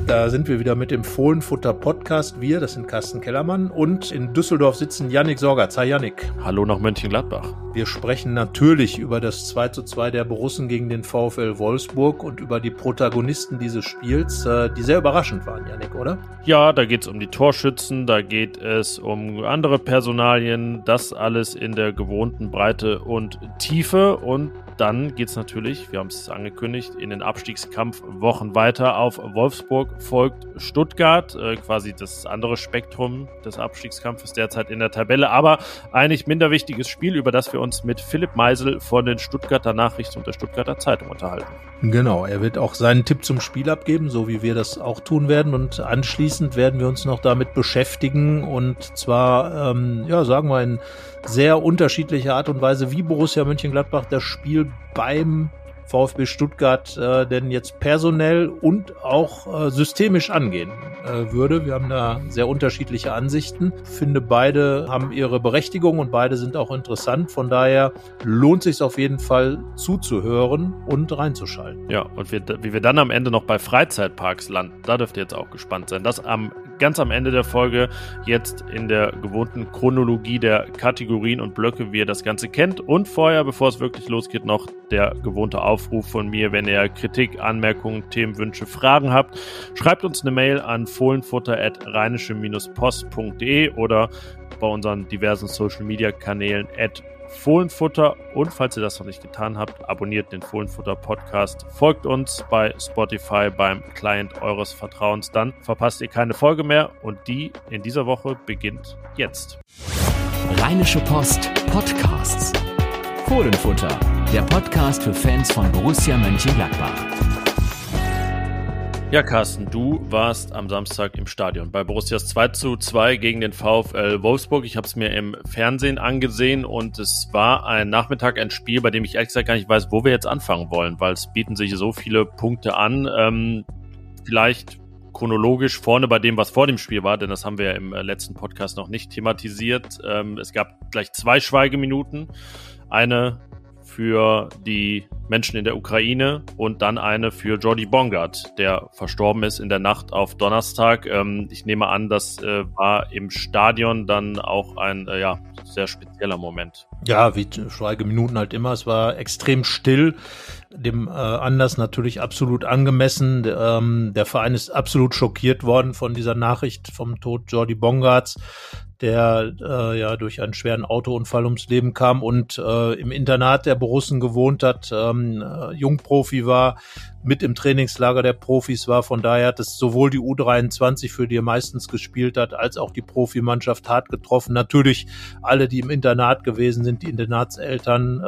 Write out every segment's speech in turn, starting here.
Da sind wir wieder mit dem Fohlenfutter-Podcast. Wir, das sind Carsten Kellermann, und in Düsseldorf sitzen Yannick Sorgatz. Hi Yannick. Hallo nach Mönchengladbach. Wir sprechen natürlich über das 2:2 der Borussen gegen den VfL Wolfsburg und über die Protagonisten dieses Spiels, die sehr überraschend waren, Yannick, oder? Ja, da geht es um die Torschützen, da geht es um andere Personalien, das alles in der gewohnten Breite und Tiefe. Und dann geht es natürlich, wir haben es angekündigt, in den Abstiegskampf Wochen weiter. Auf Wolfsburg folgt Stuttgart, quasi das andere Spektrum des Abstiegskampfes derzeit in der Tabelle. Aber eigentlich minder wichtiges Spiel, über das wir uns mit Philipp Meisel von den Stuttgarter Nachrichten und der Stuttgarter Zeitung unterhalten. Genau, er wird auch seinen Tipp zum Spiel abgeben, so wie wir das auch tun werden. Und anschließend werden wir uns noch damit beschäftigen, und zwar, sagen wir, in sehr unterschiedlicher Art und Weise, wie Borussia Mönchengladbach das Spiel beim VfB Stuttgart denn jetzt personell und auch systemisch angehen würde. Wir haben da sehr unterschiedliche Ansichten. Ich finde, beide haben ihre Berechtigung und beide sind auch interessant. Von daher lohnt es sich auf jeden Fall zuzuhören und reinzuschalten. Ja, und wie wir dann am Ende noch bei Freizeitparks landen, da dürft ihr jetzt auch gespannt sein. Das ganz am Ende der Folge, jetzt in der gewohnten Chronologie der Kategorien und Blöcke, wie ihr das Ganze kennt. Und vorher, bevor es wirklich losgeht, noch der gewohnte Aufruf von mir: Wenn ihr Kritik, Anmerkungen, Themenwünsche, Fragen habt, schreibt uns eine Mail an fohlenfutter@rheinische-post.de oder bei unseren diversen Social-Media-Kanälen @Fohlenfutter. Und falls ihr das noch nicht getan habt, abonniert den Fohlenfutter-Podcast, folgt uns bei Spotify beim Client eures Vertrauens, dann verpasst ihr keine Folge mehr, und die in dieser Woche beginnt jetzt. Rheinische Post Podcasts. Fohlenfutter, der Podcast für Fans von Borussia Mönchengladbach. Ja, Carsten, du warst am Samstag im Stadion bei Borussias 2:2 gegen den VfL Wolfsburg. Ich habe es mir im Fernsehen angesehen und es war ein Nachmittag, ein Spiel, bei dem ich ehrlich gesagt gar nicht weiß, wo wir jetzt anfangen wollen, weil es bieten sich so viele Punkte an. Vielleicht chronologisch vorne bei dem, was vor dem Spiel war, denn das haben wir ja im letzten Podcast noch nicht thematisiert. Es gab gleich 2 Schweigeminuten. Eine für die Menschen in der Ukraine und dann eine für Jordi Bongard, der verstorben ist in der Nacht auf Donnerstag. Ich nehme an, das war im Stadion dann auch ein sehr spezieller Moment. Ja, wie Schweigeminuten halt immer. Es war extrem still, dem Anlass natürlich absolut angemessen. Der Verein ist absolut schockiert worden von dieser Nachricht vom Tod Jordi Bongards, der durch einen schweren Autounfall ums Leben kam und im Internat der Borussen gewohnt hat, Jungprofi war, mit im Trainingslager der Profis war. Von daher hat es sowohl die U23, für die er meistens gespielt hat, als auch die Profimannschaft hart getroffen. Natürlich alle, die im Internat gewesen sind, die Internatseltern,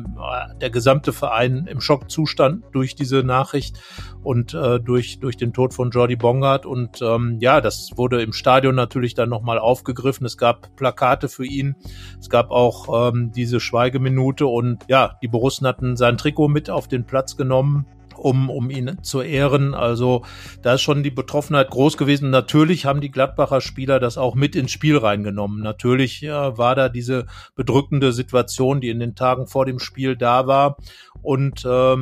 der gesamte Verein im Schockzustand durch diese Nachricht und durch den Tod von Jordi Bongard. Und das wurde im Stadion natürlich dann nochmal aufgegriffen. Es gab Plakate für ihn. Es gab auch diese Schweigeminute, und ja, die Borussen hatten sein Trikot mit auf den Platz genommen, um ihn zu ehren. Also da ist schon die Betroffenheit groß gewesen. Natürlich haben die Gladbacher Spieler das auch mit ins Spiel reingenommen. Natürlich war da diese bedrückende Situation, die in den Tagen vor dem Spiel da war. Und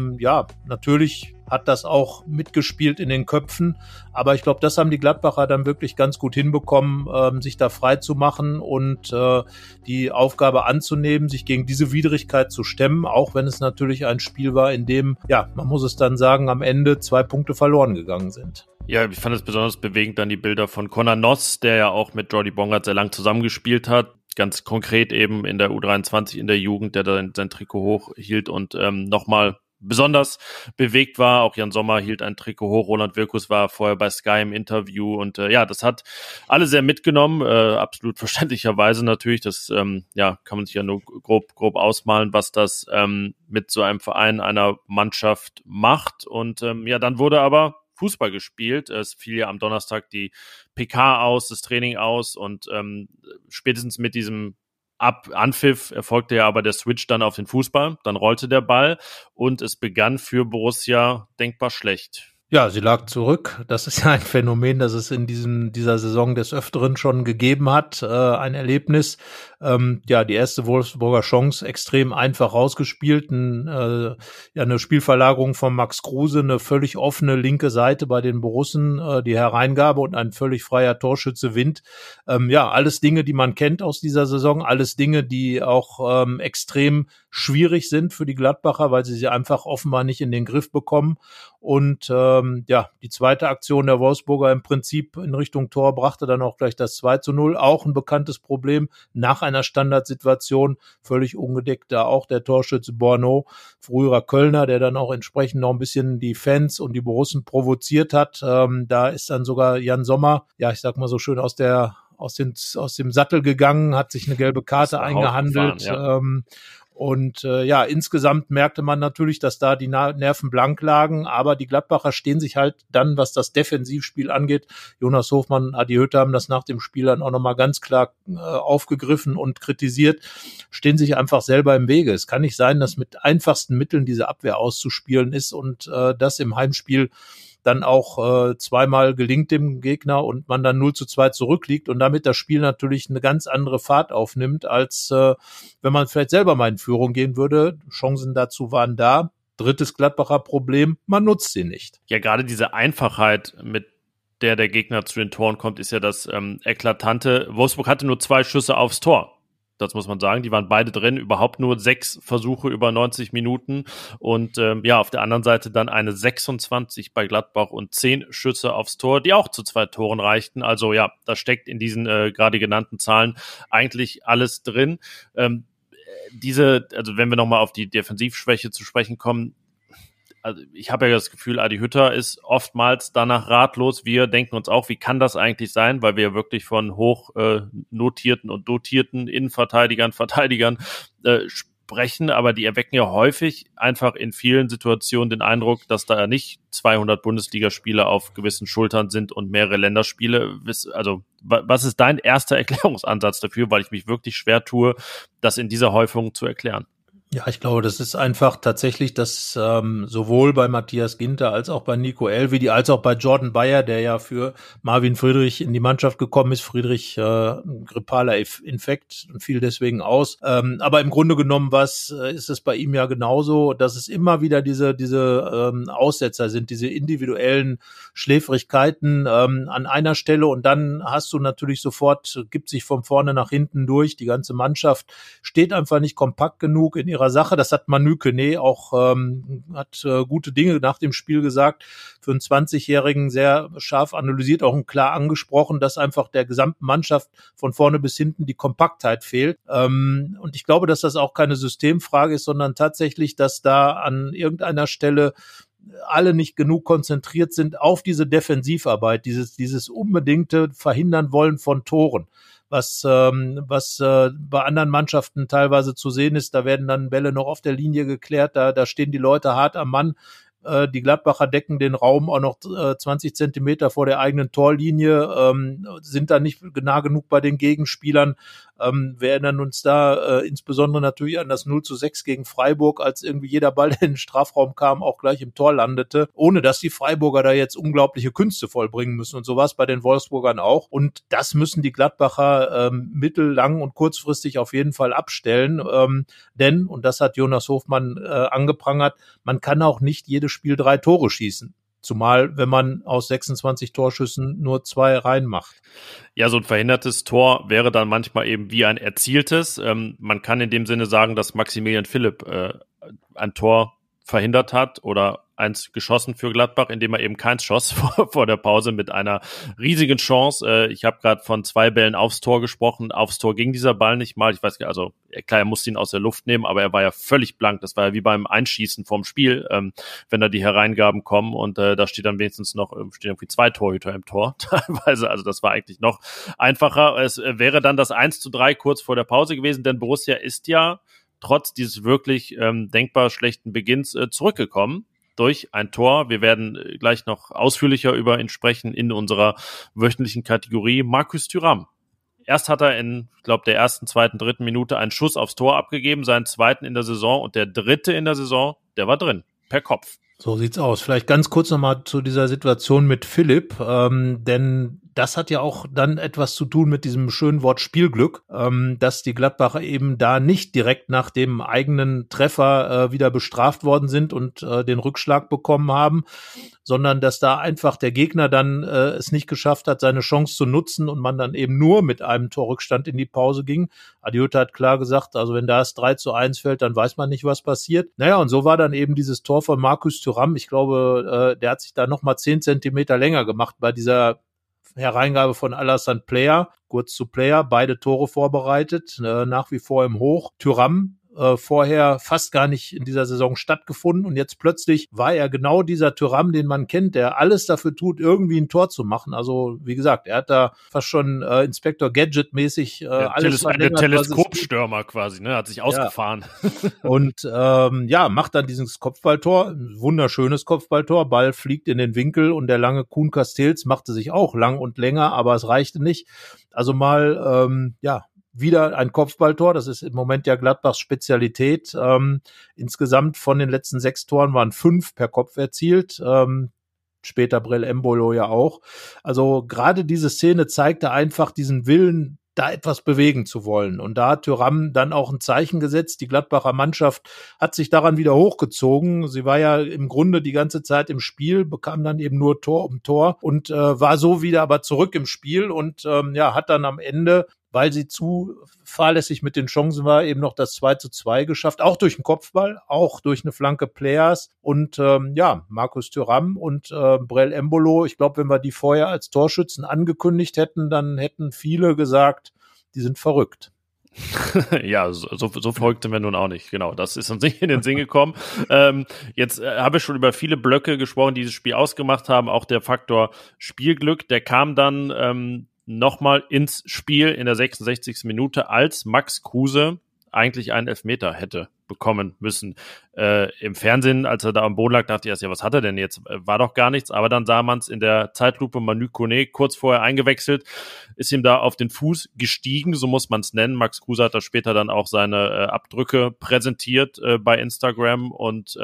natürlich hat das auch mitgespielt in den Köpfen. Aber ich glaube, das haben die Gladbacher dann wirklich ganz gut hinbekommen, sich da frei zu machen und die Aufgabe anzunehmen, sich gegen diese Widrigkeit zu stemmen, auch wenn es natürlich ein Spiel war, in dem, man muss es dann sagen, am Ende 2 Punkte verloren gegangen sind. Ja, ich fand es besonders bewegend dann die Bilder von Conor Noss, der ja auch mit Jordi Bongard sehr lang zusammengespielt hat. Ganz konkret eben in der U23 in der Jugend, der da sein Trikot hochhielt und nochmal besonders bewegt war. Auch Jan Sommer hielt ein Trikot hoch. Roland Wirkus war vorher bei Sky im Interview und das hat alle sehr mitgenommen. Absolut verständlicherweise natürlich. Das kann man sich ja nur grob ausmalen, was das mit so einem Verein, einer Mannschaft macht. Und dann wurde aber Fußball gespielt. Es fiel ja am Donnerstag die PK aus, das Training aus, und spätestens mit diesem Anpfiff erfolgte ja aber der Switch dann auf den Fußball, dann rollte der Ball und es begann für Borussia denkbar schlecht. Ja, sie lag zurück. Das ist ja ein Phänomen, das es in dieser Saison des Öfteren schon gegeben hat. Ein Erlebnis. Ja, die erste Wolfsburger Chance extrem einfach rausgespielt. Eine Spielverlagerung von Max Kruse, eine völlig offene linke Seite bei den Borussen, die Hereingabe und ein völlig freier Torschütze Wind. Ja, alles Dinge, die man kennt aus dieser Saison. Alles Dinge, die auch extrem schwierig sind für die Gladbacher, weil sie einfach offenbar nicht in den Griff bekommen. Und die zweite Aktion der Wolfsburger im Prinzip in Richtung Tor brachte dann auch gleich das 2:0. Auch ein bekanntes Problem nach einer Standardsituation, völlig ungedeckt da auch der Torschütze Borneau, früherer Kölner, der dann auch entsprechend noch ein bisschen die Fans und die Borussen provoziert hat. Da ist dann sogar Jan Sommer, ja, ich sag mal so schön aus dem Sattel gegangen, hat sich eine gelbe Karte eingehandelt. Ja. Insgesamt merkte man natürlich, dass da die Nerven blank lagen, aber die Gladbacher stehen sich halt dann, was das Defensivspiel angeht. Jonas Hofmann und Adi Hütter haben das nach dem Spiel dann auch nochmal ganz klar aufgegriffen und kritisiert, stehen sich einfach selber im Wege. Es kann nicht sein, dass mit einfachsten Mitteln diese Abwehr auszuspielen ist und das im Heimspiel dann auch zweimal gelingt dem Gegner und man dann 0:2 zurückliegt und damit das Spiel natürlich eine ganz andere Fahrt aufnimmt, als wenn man vielleicht selber mal in Führung gehen würde. Chancen dazu waren da. Drittes Gladbacher Problem, man nutzt sie nicht. Ja, gerade diese Einfachheit, mit der Gegner zu den Toren kommt, ist ja das Eklatante. Wolfsburg hatte nur 2 Schüsse aufs Tor. Das muss man sagen, die waren beide drin, überhaupt nur 6 Versuche über 90 Minuten und auf der anderen Seite dann eine 26 bei Gladbach und 10 Schüsse aufs Tor, die auch zu 2 Toren reichten. Also ja, da steckt in diesen gerade genannten Zahlen eigentlich alles drin. Also wenn wir nochmal auf die Defensivschwäche zu sprechen kommen, also ich habe ja das Gefühl, Adi Hütter ist oftmals danach ratlos. Wir denken uns auch, wie kann das eigentlich sein, weil wir wirklich von hoch notierten und dotierten Innenverteidigern, Verteidigern sprechen, aber die erwecken ja häufig einfach in vielen Situationen den Eindruck, dass da nicht 200 Bundesligaspiele auf gewissen Schultern sind und mehrere Länderspiele. Also was ist dein erster Erklärungsansatz dafür, weil ich mich wirklich schwer tue, das in dieser Häufung zu erklären? Ja, ich glaube, das ist einfach tatsächlich, dass sowohl bei Matthias Ginter als auch bei Nico Elvedi als auch bei Jordan Bayer, der ja für Marvin Friedrich in die Mannschaft gekommen ist, Friedrich grippaler Infekt und fiel deswegen aus. Aber im Grunde genommen ist es bei ihm ja genauso, dass es immer wieder diese Aussetzer sind, diese individuellen Schläfrigkeiten an einer Stelle und dann hast du natürlich sofort, gibt sich von vorne nach hinten durch, die ganze Mannschaft steht einfach nicht kompakt genug in ihrer Sache. Das hat Manu Kone auch hat gute Dinge nach dem Spiel gesagt, für einen 20-Jährigen sehr scharf analysiert, auch klar angesprochen, dass einfach der gesamten Mannschaft von vorne bis hinten die Kompaktheit fehlt. Und ich glaube, dass das auch keine Systemfrage ist, sondern tatsächlich, dass da an irgendeiner Stelle alle nicht genug konzentriert sind auf diese Defensivarbeit, dieses unbedingte Verhindern wollen von Toren. Was bei anderen Mannschaften teilweise zu sehen ist, da werden dann Bälle noch auf der Linie geklärt, da stehen die Leute hart am Mann. Die Gladbacher decken den Raum auch noch 20 Zentimeter vor der eigenen Torlinie, sind da nicht nah genug bei den Gegenspielern. Wir erinnern uns da insbesondere natürlich an das 0:6 gegen Freiburg, als irgendwie jeder Ball, der in den Strafraum kam, auch gleich im Tor landete, ohne dass die Freiburger da jetzt unglaubliche Künste vollbringen müssen. Und so war es bei den Wolfsburgern auch. Und das müssen die Gladbacher mittel-, lang- und kurzfristig auf jeden Fall abstellen. Denn, und das hat Jonas Hofmann angeprangert, man kann auch nicht jedes Spiel 3 Tore schießen. Zumal, wenn man aus 26 Torschüssen nur 2 reinmacht. Ja, so ein verhindertes Tor wäre dann manchmal eben wie ein erzieltes. Man kann in dem Sinne sagen, dass Maximilian Philipp ein Tor verhindert hat oder eins geschossen für Gladbach, indem er eben keins schoss vor der Pause mit einer riesigen Chance. Ich habe gerade von 2 Bällen aufs Tor gesprochen. Aufs Tor ging dieser Ball nicht mal. Ich weiß gar nicht, also klar, er musste ihn aus der Luft nehmen, aber er war ja völlig blank. Das war ja wie beim Einschießen vorm Spiel, wenn da die Hereingaben kommen und da steht dann wenigstens noch stehen irgendwie 2 Torhüter im Tor teilweise. Also das war eigentlich noch einfacher. Es wäre dann das 1:3 kurz vor der Pause gewesen, denn Borussia ist ja trotz dieses wirklich denkbar schlechten Beginns zurückgekommen durch ein Tor. Wir werden gleich noch ausführlicher über ihn sprechen in unserer wöchentlichen Kategorie Marcus Thuram. Erst hat er in, ich glaube, der ersten, zweiten, dritten Minute einen Schuss aufs Tor abgegeben, seinen zweiten in der Saison und der dritte in der Saison, der war drin, per Kopf. So sieht's aus. Vielleicht ganz kurz nochmal zu dieser Situation mit Philipp, denn das hat ja auch dann etwas zu tun mit diesem schönen Wort Spielglück, dass die Gladbacher eben da nicht direkt nach dem eigenen Treffer wieder bestraft worden sind und den Rückschlag bekommen haben, sondern dass da einfach der Gegner dann es nicht geschafft hat, seine Chance zu nutzen und man dann eben nur mit einem Torrückstand in die Pause ging. Adiota hat klar gesagt, also wenn da es 3-1 fällt, dann weiß man nicht, was passiert. Naja, und so war dann eben dieses Tor von Markus Thuram. Ich glaube, der hat sich da nochmal 10 Zentimeter länger gemacht bei dieser Hereingabe von Alassane Player, kurz zu Player, beide Tore vorbereitet, nach wie vor im Hoch. Thuram vorher fast gar nicht in dieser Saison stattgefunden und jetzt plötzlich war er genau dieser Thuram, den man kennt, der alles dafür tut, irgendwie ein Tor zu machen. Also wie gesagt, er hat da fast schon Inspector Gadget-mäßig alles verlängert. Der Teleskopstürmer quasi, ne, hat sich ausgefahren. Und macht dann dieses Kopfballtor, ein wunderschönes Kopfballtor, Ball fliegt in den Winkel und der lange Kuhn Castells machte sich auch lang und länger, aber es reichte nicht. Also mal, wieder ein Kopfballtor, das ist im Moment ja Gladbachs Spezialität. Insgesamt von den letzten 6 Toren waren 5 per Kopf erzielt. Später Breel Embolo ja auch. Also gerade diese Szene zeigte einfach diesen Willen, da etwas bewegen zu wollen. Und da hat Thuram dann auch ein Zeichen gesetzt. Die Gladbacher Mannschaft hat sich daran wieder hochgezogen. Sie war ja im Grunde die ganze Zeit im Spiel, bekam dann eben nur Tor um Tor und war so wieder aber zurück im Spiel und hat dann am Ende, weil sie zu fahrlässig mit den Chancen war, eben noch das 2:2 geschafft, auch durch einen Kopfball, auch durch eine Flanke Players und Markus Thuram und Breel Embolo. Ich glaube, wenn wir die vorher als Torschützen angekündigt hätten, dann hätten viele gesagt, die sind verrückt. Ja, so verrückt sind wir nun auch nicht. Genau, das ist uns nicht in den Sinn gekommen. Jetzt habe ich schon über viele Blöcke gesprochen, die dieses Spiel ausgemacht haben. Auch der Faktor Spielglück, der kam dann nochmal ins Spiel in der 66. Minute, als Max Kruse eigentlich einen Elfmeter hätte bekommen müssen. Im Fernsehen, als er da am Boden lag, dachte ich erst, ja, was hat er denn jetzt? War doch gar nichts, aber dann sah man es in der Zeitlupe. Manu Kone, kurz vorher eingewechselt, ist ihm da auf den Fuß gestiegen, so muss man es nennen. Max Kruse hat da später dann auch seine Abdrücke präsentiert bei Instagram und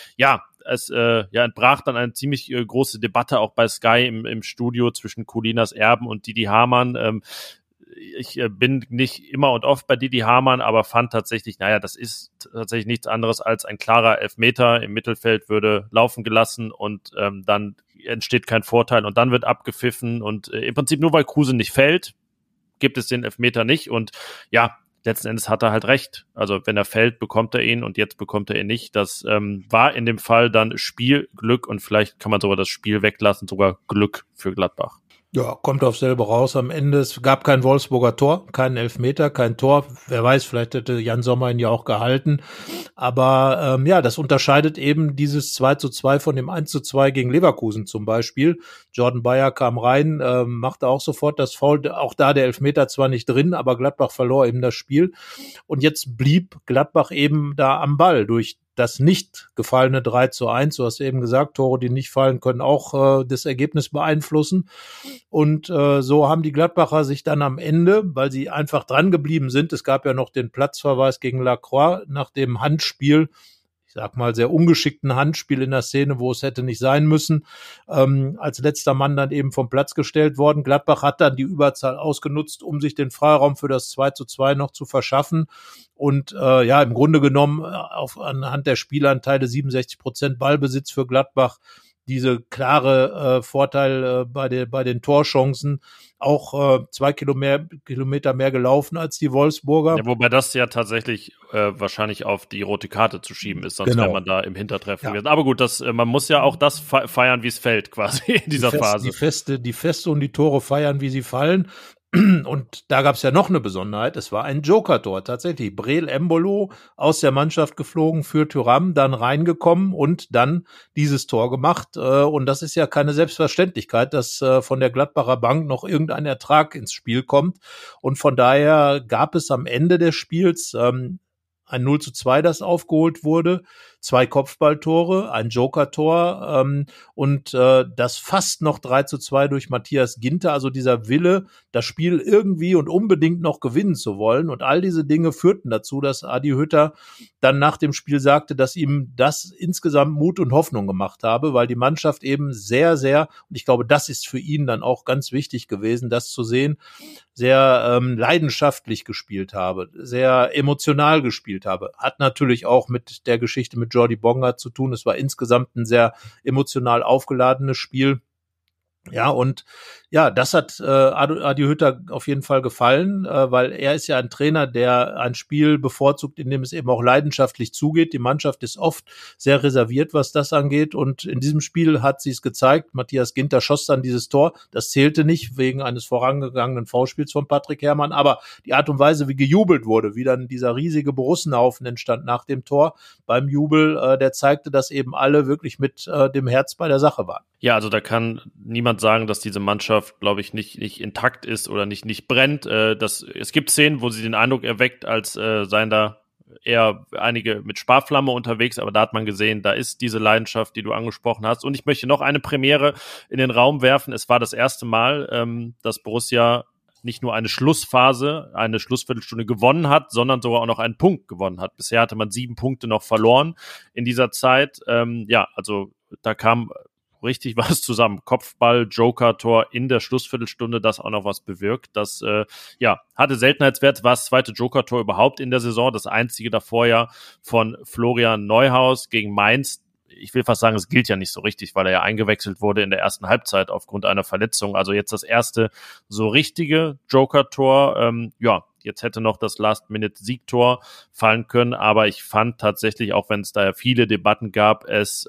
es entbrach dann eine ziemlich große Debatte auch bei Sky im Studio zwischen Colinas Erben und Didi Hamann. Ich bin nicht immer und oft bei Didi Hamann, aber fand tatsächlich, das ist tatsächlich nichts anderes als ein klarer Elfmeter. Im Mittelfeld würde laufen gelassen und dann entsteht kein Vorteil und dann wird abgepfiffen und im Prinzip nur weil Kruse nicht fällt, gibt es den Elfmeter nicht und letzten Endes hat er halt recht. Also wenn er fällt, bekommt er ihn und jetzt bekommt er ihn nicht. Das war in dem Fall dann Spielglück und vielleicht kann man sogar das Spiel weglassen, sogar Glück für Gladbach. Ja, kommt auf selber raus am Ende. Es gab kein Wolfsburger Tor, keinen Elfmeter, kein Tor. Wer weiß, vielleicht hätte Jan Sommer ihn ja auch gehalten. Aber das unterscheidet eben dieses 2:2 von dem 1:2 gegen Leverkusen zum Beispiel. Jordan Bayer kam rein, machte auch sofort das Foul. Auch da der Elfmeter zwar nicht drin, aber Gladbach verlor eben das Spiel. Und jetzt blieb Gladbach eben da am Ball durch das nicht gefallene 3:1, du hast eben gesagt, Tore, die nicht fallen, können auch das Ergebnis beeinflussen. Und so haben die Gladbacher sich dann am Ende, weil sie einfach dran geblieben sind, es gab ja noch den Platzverweis gegen Lacroix nach dem Handspiel, ich sag mal, sehr ungeschickten Handspiel in der Szene, wo es hätte nicht sein müssen, als letzter Mann dann eben vom Platz gestellt worden. Gladbach hat dann die Überzahl ausgenutzt, um sich den Freiraum für das 2:2 noch zu verschaffen. Und im Grunde genommen anhand der Spielanteile 67% Ballbesitz für Gladbach, diese klare Vorteil bei den Torchancen, auch 2 Kilometer mehr gelaufen als die Wolfsburger. Ja, wobei das ja tatsächlich wahrscheinlich auf die rote Karte zu schieben ist, sonst wäre man da im Hintertreffen gewesen. Aber gut, man muss ja auch das feiern, wie es fällt, quasi in dieser Phase. Die Feste und die Tore feiern, wie sie fallen. Und da gab es ja noch eine Besonderheit, es war ein Joker-Tor tatsächlich. Breel Embolo aus der Mannschaft geflogen für Thuram, dann reingekommen und dann dieses Tor gemacht. Und das ist ja keine Selbstverständlichkeit, dass von der Gladbacher Bank noch irgendein Ertrag ins Spiel kommt. Und von daher gab es am Ende des Spiels ein 0:2, das aufgeholt wurde. 2 Kopfballtore, ein Joker-Tor und das fast noch 3:2 durch Matthias Ginter, also dieser Wille, das Spiel irgendwie und unbedingt noch gewinnen zu wollen. Und all diese Dinge führten dazu, dass Adi Hütter dann nach dem Spiel sagte, dass ihm das insgesamt Mut und Hoffnung gemacht habe, weil die Mannschaft eben sehr, sehr, und ich glaube, das ist für ihn dann auch ganz wichtig gewesen, das zu sehen, sehr leidenschaftlich gespielt habe, sehr emotional gespielt habe. Hat natürlich auch mit der Geschichte mit Jordi Bongard zu tun. Es war insgesamt ein sehr emotional aufgeladenes Spiel. Ja, und ja, das hat Adi Hütter auf jeden Fall gefallen, weil er ist ja ein Trainer, der ein Spiel bevorzugt, in dem es eben auch leidenschaftlich zugeht. Die Mannschaft ist oft sehr reserviert, was das angeht, und in diesem Spiel hat sie es gezeigt. Matthias Ginter schoss dann dieses Tor. Das zählte nicht wegen eines vorangegangenen Foulspiels von Patrick Herrmann, aber die Art und Weise, wie gejubelt wurde, wie dann dieser riesige Borussenhaufen entstand nach dem Tor beim Jubel, der zeigte, dass eben alle wirklich mit dem Herz bei der Sache waren. Ja, also da kann niemand sagen, dass diese Mannschaft, glaube ich, nicht intakt ist oder nicht brennt. Es gibt Szenen, wo sie den Eindruck erweckt, als seien da eher einige mit Sparflamme unterwegs, aber da hat man gesehen, da ist diese Leidenschaft, die du angesprochen hast. Und ich möchte noch eine Premiere in den Raum werfen. Es war das erste Mal, dass Borussia nicht nur eine Schlussphase, eine Schlussviertelstunde gewonnen hat, sondern sogar auch noch einen Punkt gewonnen hat. Bisher hatte man 7 Punkte noch verloren in dieser Zeit. Also da kam richtig was zusammen. Kopfball, Joker-Tor in der Schlussviertelstunde, das auch noch was bewirkt. Das hatte Seltenheitswert, war das zweite Joker-Tor überhaupt in der Saison. Das einzige davor ja von Florian Neuhaus gegen Mainz. Ich will fast sagen, es gilt ja nicht so richtig, weil er ja eingewechselt wurde in der ersten Halbzeit aufgrund einer Verletzung. Also jetzt das erste so richtige Joker-Tor. Jetzt hätte noch das Last-Minute-Siegtor fallen können, aber ich fand tatsächlich, auch wenn es da ja viele Debatten gab, es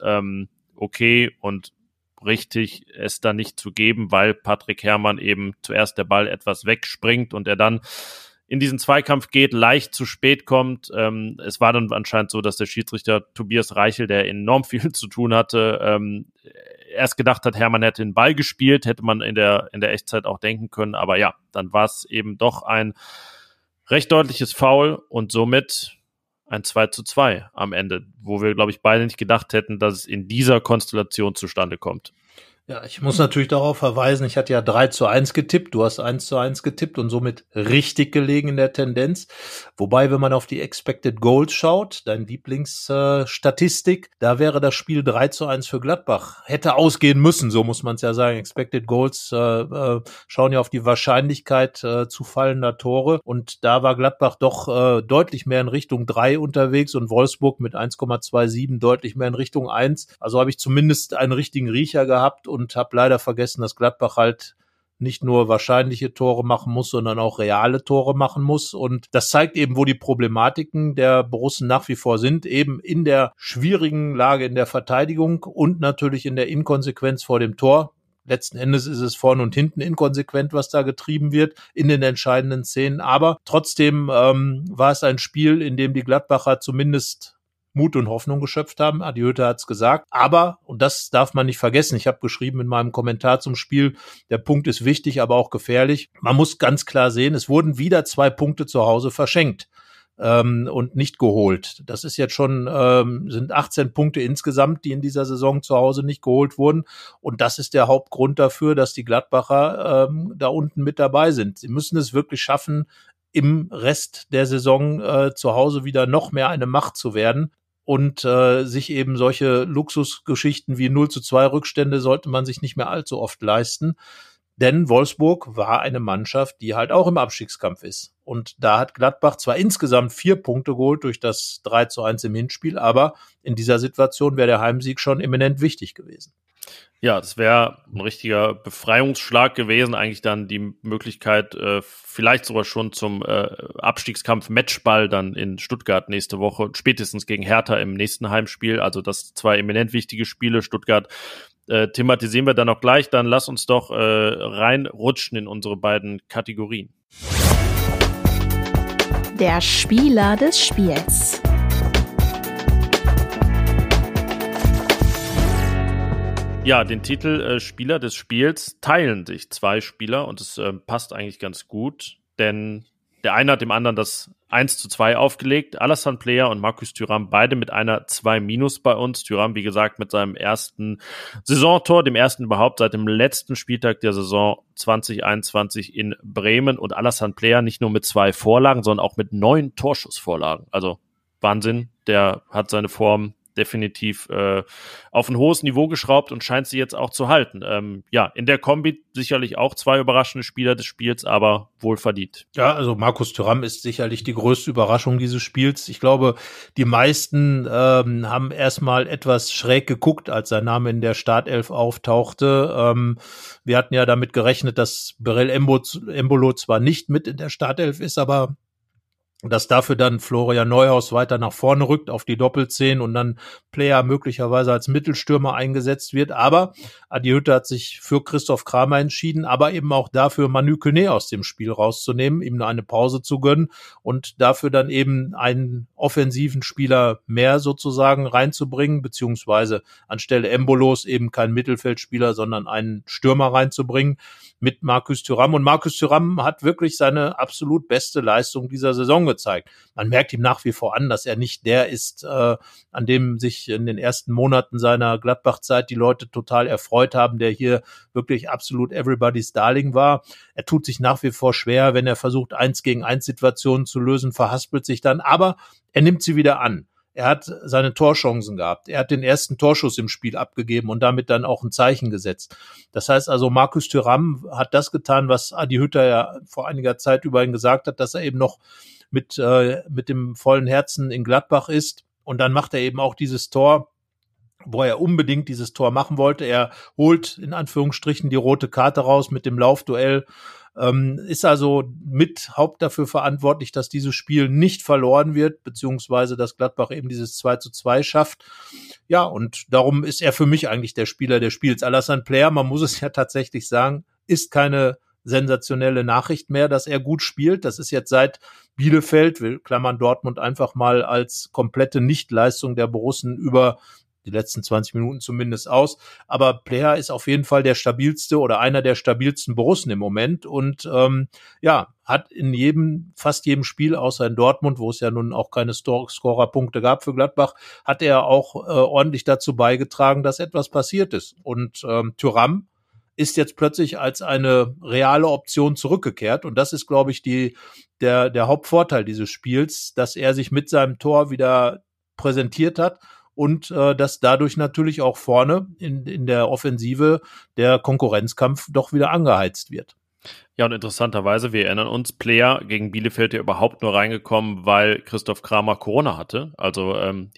okay und richtig, es da nicht zu geben, weil Patrick Herrmann eben zuerst der Ball etwas wegspringt und er dann in diesen Zweikampf geht, leicht zu spät kommt. Es war dann anscheinend so, dass der Schiedsrichter Tobias Reichel, der enorm viel zu tun hatte, erst gedacht hat, Herrmann hätte den Ball gespielt, hätte man in der Echtzeit auch denken können, aber ja, dann war es eben doch ein recht deutliches Foul und somit ein 2:2 am Ende, wo wir, glaube ich, beide nicht gedacht hätten, dass es in dieser Konstellation zustande kommt. Ja, ich muss natürlich darauf verweisen, ich hatte ja 3:1 getippt, du hast 1:1 getippt und somit richtig gelegen in der Tendenz. Wobei, wenn man auf die Expected Goals schaut, dein Lieblingsstatistik, da wäre das Spiel 3:1 für Gladbach. Hätte ausgehen müssen, so muss man es ja sagen. Expected Goals schauen ja auf die Wahrscheinlichkeit zufallender Tore und da war Gladbach doch deutlich mehr in Richtung 3 unterwegs und Wolfsburg mit 1,27 deutlich mehr in Richtung 1. Also habe ich zumindest einen richtigen Riecher gehabt und habe leider vergessen, dass Gladbach halt nicht nur wahrscheinliche Tore machen muss, sondern auch reale Tore machen muss. Und das zeigt eben, wo die Problematiken der Borussen nach wie vor sind, eben in der schwierigen Lage in der Verteidigung und natürlich in der Inkonsequenz vor dem Tor. Letzten Endes ist es vorne und hinten inkonsequent, was da getrieben wird in den entscheidenden Szenen. Aber trotzdem war es ein Spiel, in dem die Gladbacher zumindest Mut und Hoffnung geschöpft haben. Adi Hütter hat es gesagt. Aber, und das darf man nicht vergessen, ich habe geschrieben in meinem Kommentar zum Spiel, der Punkt ist wichtig, aber auch gefährlich. Man muss ganz klar sehen, es wurden wieder 2 Punkte zu Hause verschenkt und nicht geholt. Das ist jetzt schon, sind 18 Punkte insgesamt, die in dieser Saison zu Hause nicht geholt wurden. Und das ist der Hauptgrund dafür, dass die Gladbacher da unten mit dabei sind. Sie müssen es wirklich schaffen, im Rest der Saison zu Hause wieder noch mehr eine Macht zu werden. Und sich eben solche Luxusgeschichten wie 0:2 Rückstände sollte man sich nicht mehr allzu oft leisten. Denn Wolfsburg war eine Mannschaft, die halt auch im Abstiegskampf ist. Und da hat Gladbach zwar insgesamt 4 Punkte geholt durch das 3:1 im Hinspiel, aber in dieser Situation wäre der Heimsieg schon eminent wichtig gewesen. Ja, das wäre ein richtiger Befreiungsschlag gewesen, eigentlich dann die Möglichkeit, vielleicht sogar schon zum Abstiegskampf Matchball dann in Stuttgart nächste Woche, spätestens gegen Hertha im nächsten Heimspiel. Also das 2 eminent wichtige Spiele. Stuttgart thematisieren wir dann noch gleich. Dann lass uns doch reinrutschen in unsere beiden Kategorien. Der Spieler des Spiels. Ja, den Titel Spieler des Spiels teilen sich 2 Spieler und es passt eigentlich ganz gut, denn Der eine hat dem anderen das 1:2 aufgelegt. Alassane Plea und Marcus Thuram beide mit einer 2- bei uns. Thuram, wie gesagt, mit seinem ersten Saisontor, dem ersten überhaupt seit dem letzten Spieltag der Saison 2021 in Bremen. Und Alassane Plea nicht nur mit 2 Vorlagen, sondern auch mit 9 Torschussvorlagen. Also Wahnsinn. Der hat seine Form definitiv auf ein hohes Niveau geschraubt und scheint sie jetzt auch zu halten. In der Kombi sicherlich auch 2 überraschende Spieler des Spiels, aber wohl verdient. Ja, also Marcus Thuram ist sicherlich die größte Überraschung dieses Spiels. Ich glaube, die meisten haben erstmal etwas schräg geguckt, als sein Name in der Startelf auftauchte. Wir hatten ja damit gerechnet, dass Breel Embolo zwar nicht mit in der Startelf ist, aber dass dafür dann Florian Neuhaus weiter nach vorne rückt auf die Doppelzehn und dann Plea möglicherweise als Mittelstürmer eingesetzt wird. Aber Adi Hütter hat sich für Christoph Kramer entschieden, aber eben auch dafür Manu Koné aus dem Spiel rauszunehmen, ihm eine Pause zu gönnen und dafür dann eben einen offensiven Spieler mehr sozusagen reinzubringen, beziehungsweise anstelle Embolos eben kein Mittelfeldspieler, sondern einen Stürmer reinzubringen mit Marcus Thuram. Und Marcus Thuram hat wirklich seine absolut beste Leistung dieser Saison gezeigt. Man merkt ihm nach wie vor an, dass er nicht der ist, an dem sich in den ersten Monaten seiner Gladbach-Zeit die Leute total erfreut haben, der hier wirklich absolut everybody's Darling war. Er tut sich nach wie vor schwer, wenn er versucht, 1-gegen-1 Situationen zu lösen, verhaspelt sich dann, aber er nimmt sie wieder an. Er hat seine Torchancen gehabt. Er hat den ersten Torschuss im Spiel abgegeben und damit dann auch ein Zeichen gesetzt. Das heißt also, Marcus Thuram hat das getan, was Adi Hütter ja vor einiger Zeit über ihn gesagt hat, dass er eben noch mit dem vollen Herzen in Gladbach ist. Und dann macht er eben auch dieses Tor, wo er unbedingt dieses Tor machen wollte. Er holt in Anführungsstrichen die rote Karte raus mit dem Laufduell. Ist also mit Haupt dafür verantwortlich, dass dieses Spiel nicht verloren wird, beziehungsweise dass Gladbach eben dieses 2:2 schafft. Ja, und darum ist er für mich eigentlich der Spieler des Spiels. Alassane Plea, man muss es ja tatsächlich sagen, ist keine sensationelle Nachricht mehr, dass er gut spielt. Das ist jetzt seit Bielefeld, wir klammern Dortmund einfach mal als komplette Nichtleistung der Borussen über die letzten 20 Minuten zumindest aus. Aber Plea ist auf jeden Fall der stabilste oder einer der stabilsten Borussen im Moment und hat in fast jedem Spiel außer in Dortmund, wo es ja nun auch keine Scorerpunkte gab für Gladbach, hat er auch ordentlich dazu beigetragen, dass etwas passiert ist. Und Thuram ist jetzt plötzlich als eine reale Option zurückgekehrt und das ist, glaube ich, der Hauptvorteil dieses Spiels, dass er sich mit seinem Tor wieder präsentiert hat und dass dadurch natürlich auch vorne in der Offensive der Konkurrenzkampf doch wieder angeheizt wird. Ja, und interessanterweise, wir erinnern uns, Plea gegen Bielefeld ja überhaupt nur reingekommen, weil Christoph Kramer Corona hatte. Also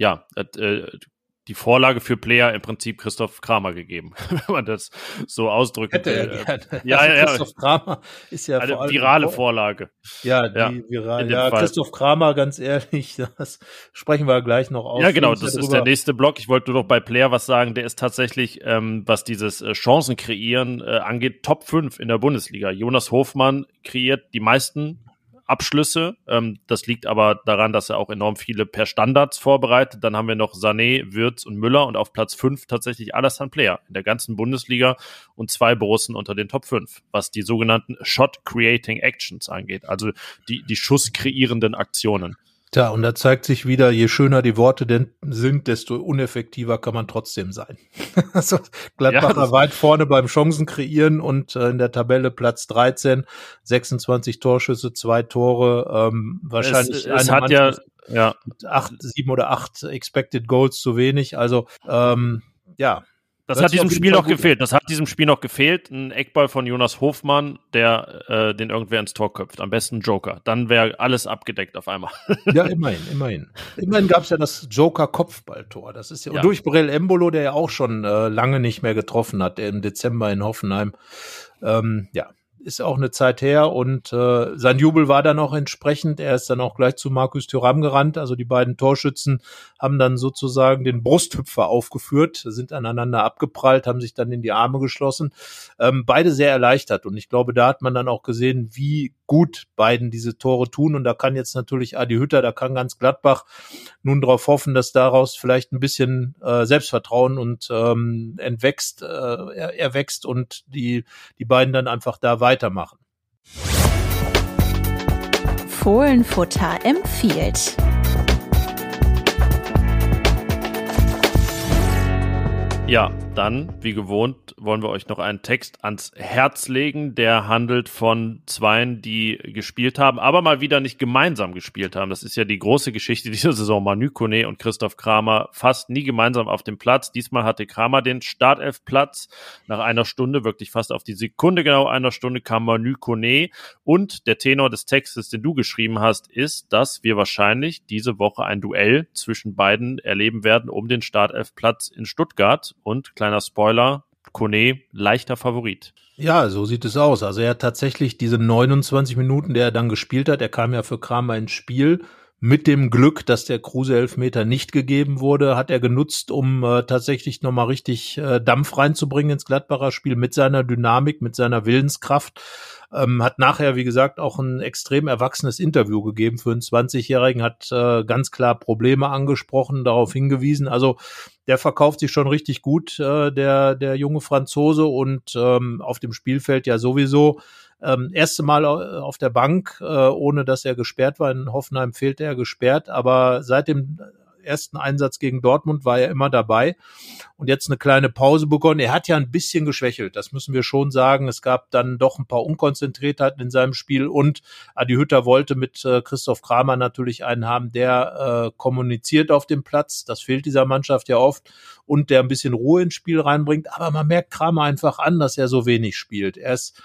die Vorlage für Plea im Prinzip Christoph Kramer gegeben, wenn man das so ausdrücken will. Christoph Kramer ist ja eine virale Vorlage. Christoph Kramer, ganz ehrlich, das sprechen wir gleich noch aus. Ja, genau, das ist der nächste Block. Ich wollte nur noch bei Plea was sagen, der ist tatsächlich, was dieses Chancen kreieren angeht, Top 5 in der Bundesliga. Jonas Hofmann kreiert die meisten Abschlüsse. Das liegt aber daran, dass er auch enorm viele per Standards vorbereitet. Dann haben wir noch Sané, Wirtz und Müller und auf Platz 5 tatsächlich Alassane Plea in der ganzen Bundesliga und 2 Borussen unter den Top 5, was die sogenannten Shot-Creating Actions angeht, also die schusskreierenden Aktionen. Tja, und da zeigt sich wieder, je schöner die Worte denn sind, desto uneffektiver kann man trotzdem sein. Also Gladbacher weit vorne beim Chancen kreieren und in der Tabelle Platz 13, 26 Torschüsse, 2 Tore, wahrscheinlich es hat ja 7 oder 8 Expected Goals zu wenig. Also Das hat diesem Spiel noch gefehlt. Das hat diesem Spiel noch gefehlt. Ein Eckball von Jonas Hofmann, der den irgendwer ins Tor köpft. Am besten Joker. Dann wäre alles abgedeckt auf einmal. Ja, immerhin. Immerhin gab es ja das Joker-Kopfballtor. Das ist ja durch Breel Embolo, der ja auch schon lange nicht mehr getroffen hat, im Dezember in Hoffenheim. Ist auch eine Zeit her und sein Jubel war dann auch entsprechend. Er ist dann auch gleich zu Marcus Thuram gerannt. Also die beiden Torschützen haben dann sozusagen den Brusthüpfer aufgeführt, sind aneinander abgeprallt, haben sich dann in die Arme geschlossen. Beide sehr erleichtert und ich glaube, da hat man dann auch gesehen, wie gut beiden diese Tore tun und da kann jetzt natürlich Adi Hütter, da kann ganz Gladbach nun darauf hoffen, dass daraus vielleicht ein bisschen Selbstvertrauen und erwächst und die beiden dann einfach da weitermachen. Fohlenfutter empfiehlt. Ja, dann, wie gewohnt, wollen wir euch noch einen Text ans Herz legen, der handelt von Zweien, die gespielt haben, aber mal wieder nicht gemeinsam gespielt haben. Das ist ja die große Geschichte dieser Saison. Manu Kone und Christoph Kramer fast nie gemeinsam auf dem Platz. Diesmal hatte Kramer den Startelfplatz. Nach einer Stunde, wirklich fast auf die Sekunde genau einer Stunde, kam Manu Kone. Und der Tenor des Textes, den du geschrieben hast, ist, dass wir wahrscheinlich diese Woche ein Duell zwischen beiden erleben werden um den Startelfplatz in Stuttgart. Und kleiner Spoiler, Kone, leichter Favorit. Ja, so sieht es aus. Also er hat tatsächlich diese 29 Minuten, der er dann gespielt hat, er kam ja für Kramer ins Spiel, mit dem Glück, dass der Kruse-Elfmeter nicht gegeben wurde, hat er genutzt, um tatsächlich nochmal richtig Dampf reinzubringen ins Gladbacher Spiel mit seiner Dynamik, mit seiner Willenskraft. Hat nachher, wie gesagt, auch ein extrem erwachsenes Interview gegeben für einen 20-Jährigen, hat ganz klar Probleme angesprochen, darauf hingewiesen. Also der verkauft sich schon richtig gut, der junge Franzose, und auf dem Spielfeld ja sowieso. Erste Mal auf der Bank, ohne dass er gesperrt war. In Hoffenheim fehlte er gesperrt, aber seit dem ersten Einsatz gegen Dortmund war er immer dabei und jetzt eine kleine Pause begonnen. Er hat ja ein bisschen geschwächelt, das müssen wir schon sagen. Es gab dann doch ein paar Unkonzentriertheiten in seinem Spiel und Adi Hütter wollte mit Christoph Kramer natürlich einen haben, der kommuniziert auf dem Platz. Das fehlt dieser Mannschaft ja oft und der ein bisschen Ruhe ins Spiel reinbringt. Aber man merkt Kramer einfach an, dass er so wenig spielt. Er ist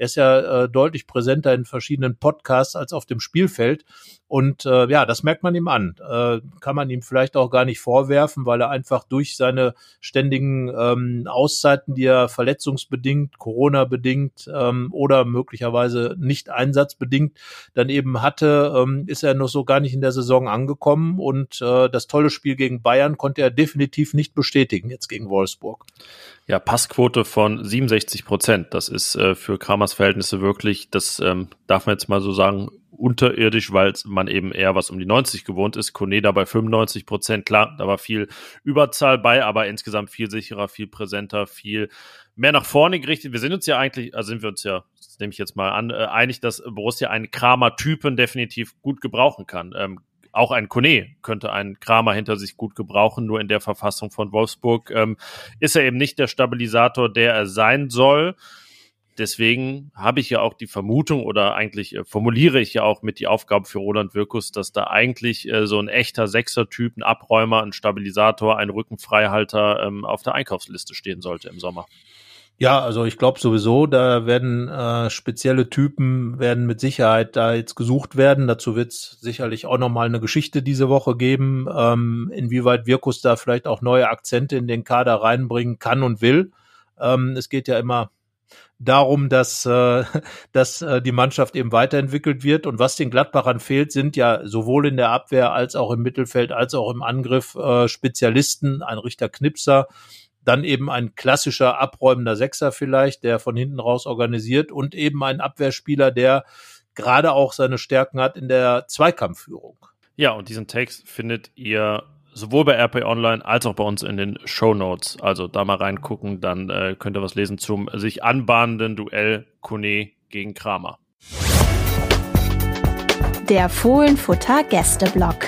ja deutlich präsenter in verschiedenen Podcasts als auf dem Spielfeld. Und ja, das merkt man ihm an. Kann man ihm vielleicht auch gar nicht vorwerfen, weil er einfach durch seine ständigen Auszeiten, die er verletzungsbedingt, Corona-bedingt oder möglicherweise nicht einsatzbedingt dann eben hatte, ist er noch so gar nicht in der Saison angekommen. Und das tolle Spiel gegen Bayern konnte er definitiv nicht bestätigen, jetzt gegen Wolfsburg. Ja, Passquote von 67%. Das ist für Kramers Verhältnisse wirklich, das darf man jetzt mal so sagen, unterirdisch, weil man eben eher was um die 90 gewohnt ist. Kone dabei 95%. Klar, da war viel Überzahl bei, aber insgesamt viel sicherer, viel präsenter, viel mehr nach vorne gerichtet. Wir sind uns ja eigentlich, das nehme ich jetzt mal an, einig, dass Borussia einen Kramer-Typen definitiv gut gebrauchen kann. Auch ein Kone könnte einen Kramer hinter sich gut gebrauchen, nur in der Verfassung von Wolfsburg ist er eben nicht der Stabilisator, der er sein soll. Deswegen habe ich ja auch die Vermutung oder eigentlich formuliere ich ja auch mit die Aufgabe für Roland Wirkus, dass da eigentlich so ein echter Sechser-Typ, ein Abräumer, ein Stabilisator, ein Rückenfreihalter auf der Einkaufsliste stehen sollte im Sommer. Ja, also ich glaube sowieso, da werden spezielle Typen werden mit Sicherheit da jetzt gesucht werden. Dazu wird es sicherlich auch nochmal eine Geschichte diese Woche geben, inwieweit Wirkus da vielleicht auch neue Akzente in den Kader reinbringen kann und will. Es geht ja immer darum, dass die Mannschaft eben weiterentwickelt wird. Und was den Gladbachern fehlt, sind ja sowohl in der Abwehr als auch im Mittelfeld als auch im Angriff Spezialisten, ein Richter Knipser, dann eben ein klassischer abräumender Sechser vielleicht, der von hinten raus organisiert und eben ein Abwehrspieler, der gerade auch seine Stärken hat in der Zweikampfführung. Ja, und diesen Text findet ihr sowohl bei RP Online als auch bei uns in den Shownotes. Also da mal reingucken, dann könnt ihr was lesen zum sich anbahnenden Duell Kone gegen Kramer. Der Fohlenfutter Gästeblock.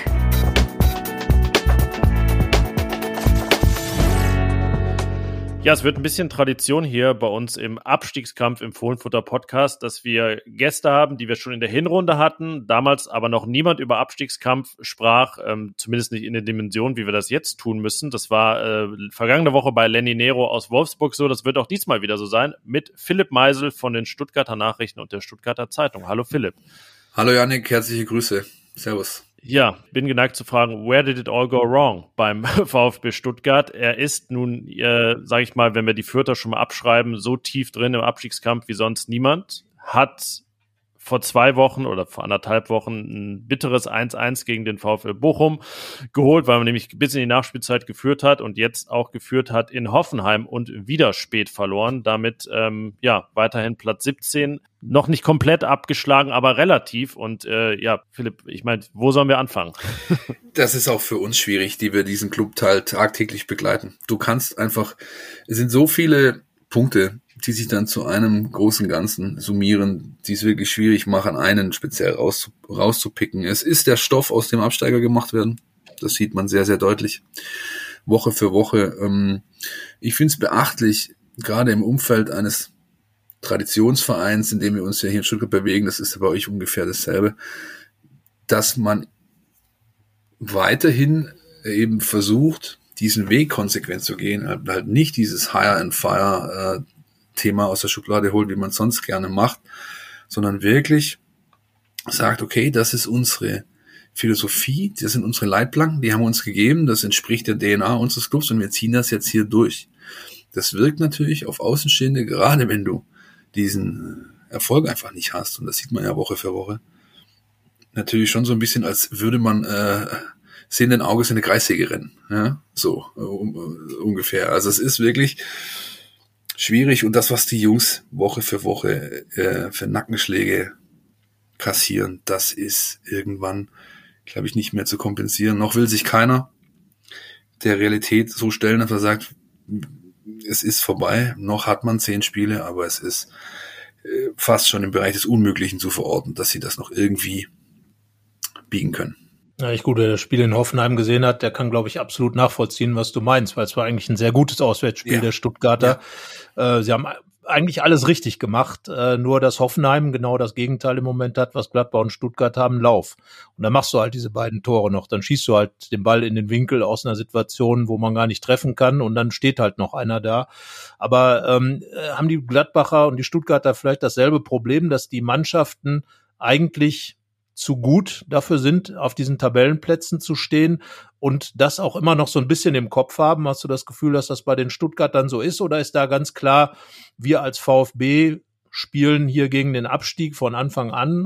Ja, es wird ein bisschen Tradition hier bei uns im Abstiegskampf im Fohlenfutter-Podcast, dass wir Gäste haben, die wir schon in der Hinrunde hatten, damals aber noch niemand über Abstiegskampf sprach, zumindest nicht in der Dimension, wie wir das jetzt tun müssen. Das war vergangene Woche bei Lenny Nero aus Wolfsburg so, das wird auch diesmal wieder so sein, mit Philipp Meisel von den Stuttgarter Nachrichten und der Stuttgarter Zeitung. Hallo Philipp. Hallo Yannick, herzliche Grüße. Servus. Ja, bin geneigt zu fragen, where did it all go wrong beim VfB Stuttgart? Er ist nun, sage ich mal, wenn wir die Fürther schon mal abschreiben, so tief drin im Abstiegskampf wie sonst niemand, hat vor 2 Wochen oder vor 1,5 Wochen ein bitteres 1-1 gegen den VfL Bochum geholt, weil man nämlich bis in die Nachspielzeit geführt hat und jetzt auch geführt hat in Hoffenheim und wieder spät verloren. Damit weiterhin Platz 17. Noch nicht komplett abgeschlagen, aber relativ. Und Philipp, ich meine, wo sollen wir anfangen? Das ist auch für uns schwierig, die wir diesen Club tagtäglich begleiten. Du kannst einfach, es sind so viele Punkte, die sich dann zu einem großen Ganzen summieren, die es wirklich schwierig machen, einen speziell rauszupicken. Es ist der Stoff, aus dem Absteiger gemacht werden. Das sieht man sehr, sehr deutlich. Woche für Woche. Ich finde es beachtlich, gerade im Umfeld eines Traditionsvereins, in dem wir uns ja hier in Stuttgart bewegen, das ist ja bei euch ungefähr dasselbe, dass man weiterhin eben versucht, diesen Weg konsequent zu gehen, halt nicht dieses Hire and Fire Thema aus der Schublade holt, wie man es sonst gerne macht, sondern wirklich sagt, okay, das ist unsere Philosophie, das sind unsere Leitplanken, die haben wir uns gegeben, das entspricht der DNA unseres Clubs und wir ziehen das jetzt hier durch. Das wirkt natürlich auf Außenstehende, gerade wenn du diesen Erfolg einfach nicht hast, und das sieht man ja Woche für Woche, natürlich schon so ein bisschen, als würde man sehenden Auges in eine Kreissäge rennen, ja, so ungefähr. Also es ist wirklich schwierig, und das, was die Jungs Woche für Woche für Nackenschläge kassieren, das ist irgendwann, glaube ich, nicht mehr zu kompensieren. Noch will sich keiner der Realität so stellen, dass er sagt, es ist vorbei, noch hat man 10 Spiele, aber es ist fast schon im Bereich des Unmöglichen zu verorten, dass sie das noch irgendwie biegen können. Ja, gut, wer das Spiel in Hoffenheim gesehen hat, der kann, glaube ich, absolut nachvollziehen, was du meinst, weil es war eigentlich ein sehr gutes Auswärtsspiel der Stuttgarter. Ja. Sie haben eigentlich alles richtig gemacht, nur dass Hoffenheim genau das Gegenteil im Moment hat, was Gladbach und Stuttgart haben, Lauf. Und dann machst du halt diese beiden Tore noch, dann schießt du halt den Ball in den Winkel aus einer Situation, wo man gar nicht treffen kann, und dann steht halt noch einer da. Aber haben die Gladbacher und die Stuttgarter vielleicht dasselbe Problem, dass die Mannschaften eigentlich zu gut dafür sind, auf diesen Tabellenplätzen zu stehen und das auch immer noch so ein bisschen im Kopf haben? Hast du das Gefühl, dass das bei den Stuttgartern so ist, oder ist da ganz klar, wir als VfB spielen hier gegen den Abstieg von Anfang an,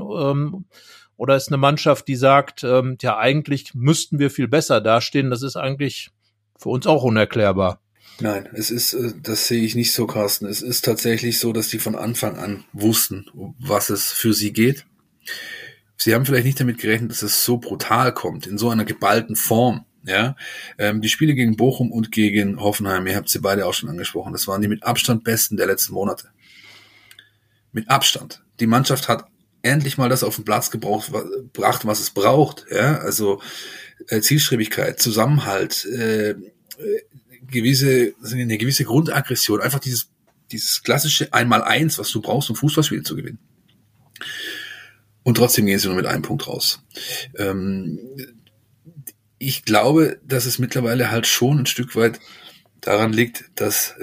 oder ist eine Mannschaft, die sagt, ja, eigentlich müssten wir viel besser dastehen? Das ist eigentlich für uns auch unerklärbar. Nein, es ist, das sehe ich nicht so, Carsten. Es ist tatsächlich so, dass die von Anfang an wussten, was es für sie geht. Sie haben vielleicht nicht damit gerechnet, dass es so brutal kommt, in so einer geballten Form. Ja, die Spiele gegen Bochum und gegen Hoffenheim, ihr habt sie beide auch schon angesprochen, das waren die mit Abstand besten der letzten Monate. Mit Abstand. Die Mannschaft hat endlich mal das auf den Platz gebracht, was es braucht. Ja, also Zielstrebigkeit, Zusammenhalt, eine gewisse Grundaggression, einfach dieses klassische Einmaleins, was du brauchst, um Fußballspiele zu gewinnen. Und trotzdem gehen sie nur mit einem Punkt raus. Ich glaube, dass es mittlerweile halt schon ein Stück weit daran liegt, dass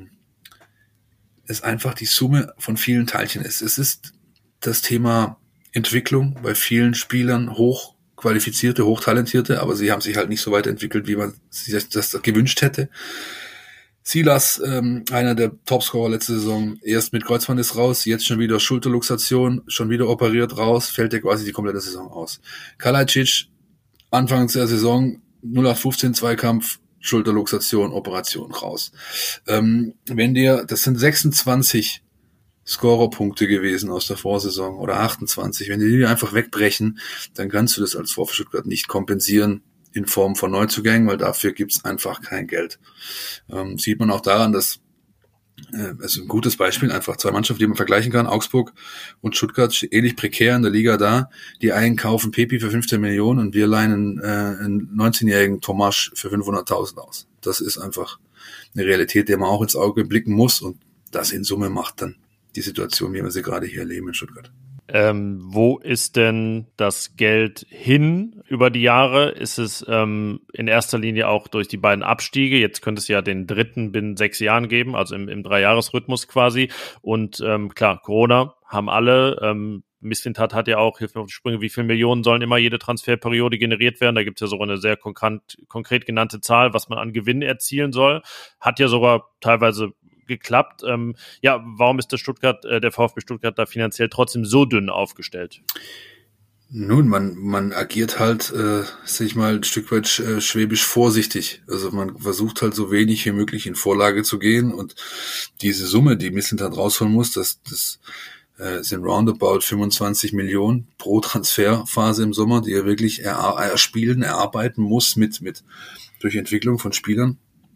es einfach die Summe von vielen Teilchen ist. Es ist das Thema Entwicklung bei vielen Spielern, hochqualifizierte, hochtalentierte, aber sie haben sich halt nicht so weit entwickelt, wie man sich das gewünscht hätte. Silas, einer der Topscorer letzte Saison, erst mit Kreuzband raus, jetzt schon wieder Schulterluxation, schon wieder operiert raus, fällt ja quasi die komplette Saison aus. Kalajdzic, Anfang der Saison, 0815 Zweikampf, Schulterluxation, Operation raus. Das sind 26 Scorerpunkte gewesen aus der Vorsaison oder 28, wenn die einfach wegbrechen, dann kannst du das als VfB Stuttgart nicht kompensieren in Form von Neuzugängen, weil dafür gibt's einfach kein Geld. Sieht man auch daran, dass also ein gutes Beispiel, einfach 2 Mannschaften, die man vergleichen kann, Augsburg und Stuttgart, ähnlich prekär in der Liga da, die einen kaufen Pepi für 15 Millionen und wir leihen einen 19-jährigen Tomasch für 500.000 aus. Das ist einfach eine Realität, der man auch ins Auge blicken muss, und das in Summe macht dann die Situation, wie wir sie gerade hier erleben in Stuttgart. Wo ist denn das Geld hin über die Jahre? Ist es in erster Linie auch durch die beiden Abstiege? Jetzt könnte es ja den dritten binnen 6 Jahren geben, also im 3-Jahres-Rhythmus quasi. Und klar, Corona haben alle. Mislintat hat ja auch, hilf mir auf die Sprünge, wie viele Millionen sollen immer jede Transferperiode generiert werden? Da gibt es ja sogar eine sehr konkret genannte Zahl, was man an Gewinn erzielen soll. Hat ja sogar teilweise geklappt. Warum ist der VfB Stuttgart da finanziell trotzdem so dünn aufgestellt? Nun, man agiert halt, sag ich mal, ein Stück weit schwäbisch vorsichtig. Also man versucht halt so wenig wie möglich in Vorlage zu gehen, und diese Summe, die Mislintat rausholen muss, das sind roundabout 25 Millionen pro Transferphase im Sommer, die er wirklich erarbeiten muss mit durch Entwicklung von Spielern.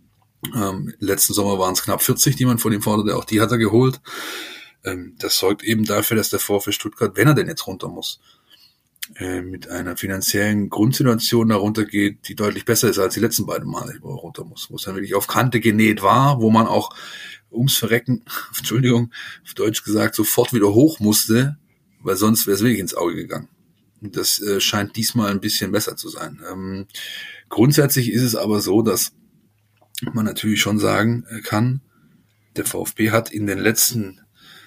Letzten Sommer waren es knapp 40, die man von ihm forderte. Auch die hat er geholt. Das sorgt eben dafür, dass der VfB Stuttgart, wenn er denn jetzt runter muss, mit einer finanziellen Grundsituation darunter geht, die deutlich besser ist als die letzten beiden Male, wo er runter muss. Wo es dann wirklich auf Kante genäht war, wo man auch ums Verrecken, Entschuldigung, auf Deutsch gesagt, sofort wieder hoch musste, weil sonst wäre es wirklich ins Auge gegangen. Und das scheint diesmal ein bisschen besser zu sein. Grundsätzlich ist es aber so, dass man natürlich schon sagen kann, der VfB hat in den letzten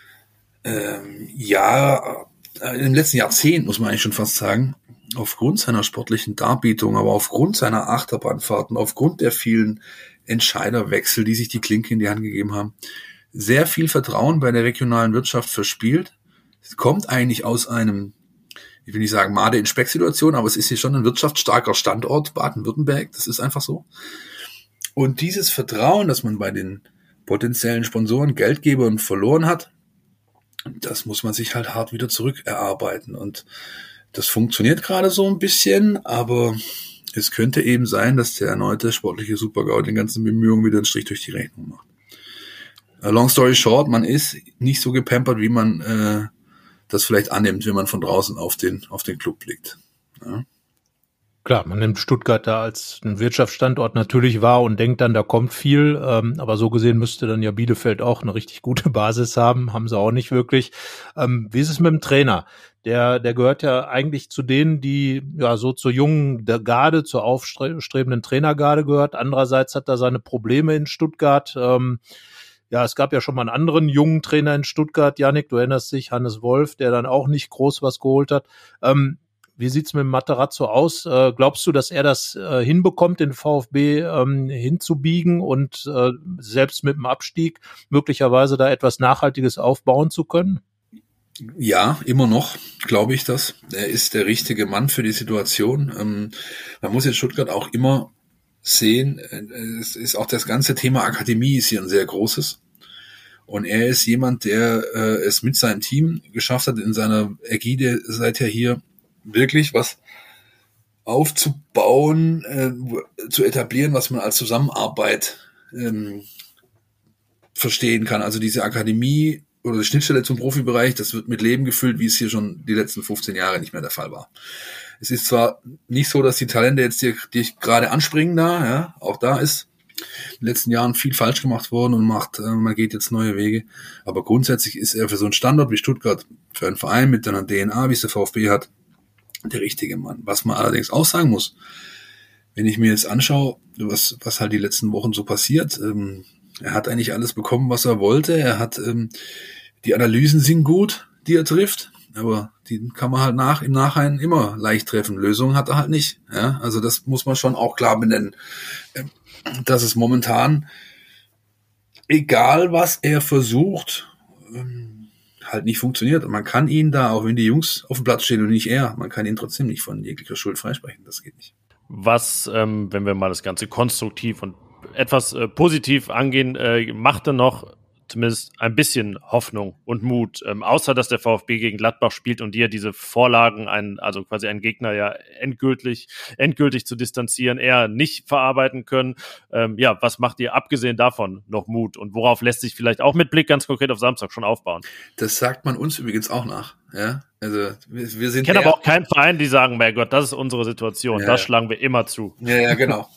im letzten Jahrzehnt, muss man eigentlich schon fast sagen, aufgrund seiner sportlichen Darbietung, aber aufgrund seiner Achterbahnfahrten, aufgrund der vielen Entscheiderwechsel, die sich die Klinke in die Hand gegeben haben, sehr viel Vertrauen bei der regionalen Wirtschaft verspielt. Es kommt eigentlich aus einem, ich will nicht sagen Made in Speck-Situation, aber es ist hier schon ein wirtschaftsstarker Standort, Baden-Württemberg, das ist einfach so. Und dieses Vertrauen, das man bei den potenziellen Sponsoren, Geldgebern verloren hat, das muss man sich halt hart wieder zurückerarbeiten. Und das funktioniert gerade so ein bisschen, aber es könnte eben sein, dass der erneute sportliche Super-GAU den ganzen Bemühungen wieder einen Strich durch die Rechnung macht. Long story short, man ist nicht so gepampert, wie man das vielleicht annimmt, wenn man von draußen auf den Club blickt. Ja. Klar, man nimmt Stuttgart da als einen Wirtschaftsstandort natürlich wahr und denkt dann, da kommt viel, aber so gesehen müsste dann ja Bielefeld auch eine richtig gute Basis haben sie auch nicht wirklich. Wie ist es mit dem Trainer? Der gehört ja eigentlich zu denen, die ja so zur jungen Garde, zur aufstrebenden Trainergarde gehört. Andererseits hat er seine Probleme in Stuttgart. Ja, es gab ja schon mal einen anderen jungen Trainer in Stuttgart, Yannick, du erinnerst dich, Hannes Wolf, der dann auch nicht groß was geholt hat. Wie sieht's mit Materazzo aus? Glaubst du, dass er das hinbekommt, den VfB hinzubiegen und selbst mit dem Abstieg möglicherweise da etwas Nachhaltiges aufbauen zu können? Ja, immer noch glaube ich das. Er ist der richtige Mann für die Situation. Man muss jetzt Stuttgart auch immer sehen, es ist auch das ganze Thema Akademie ist hier ein sehr großes. Und er ist jemand, der es mit seinem Team geschafft hat, in seiner Ägide seither hier wirklich was aufzubauen, zu etablieren, was man als Zusammenarbeit verstehen kann. Also diese Akademie oder die Schnittstelle zum Profibereich, das wird mit Leben gefüllt, wie es hier schon die letzten 15 Jahre nicht mehr der Fall war. Es ist zwar nicht so, dass die Talente jetzt die gerade anspringen da, ja, auch da ist in den letzten Jahren viel falsch gemacht worden und man geht jetzt neue Wege, aber grundsätzlich ist er für so einen Standort wie Stuttgart, für einen Verein mit einer DNA, wie es der VfB hat, der richtige Mann. Was man allerdings auch sagen muss, wenn ich mir jetzt anschaue, was halt die letzten Wochen so passiert, er hat eigentlich alles bekommen, was er wollte. Er hat, die Analysen sind gut, die er trifft, aber die kann man halt im Nachhinein immer leicht treffen. Lösungen hat er halt nicht. Ja? Also das muss man schon auch klar benennen, dass es momentan, egal was er versucht, halt nicht funktioniert. Und man kann ihn da, auch wenn die Jungs auf dem Platz stehen und nicht er, man kann ihn trotzdem nicht von jeglicher Schuld freisprechen. Das geht nicht. Was, wenn wir mal das Ganze konstruktiv und etwas positiv angehen, machte noch zumindest ein bisschen Hoffnung und Mut, außer dass der VfB gegen Gladbach spielt und dir diese Vorlagen, also quasi einen Gegner ja endgültig zu distanzieren, eher nicht verarbeiten können. Ja, was macht dir abgesehen davon noch Mut und worauf lässt sich vielleicht auch mit Blick ganz konkret auf Samstag schon aufbauen? Das sagt man uns übrigens auch nach. Ja? Also wir sind. Ich kenne aber auch keinen Verein, die sagen, mein Gott, das ist unsere Situation, das schlagen wir immer zu. Ja, genau.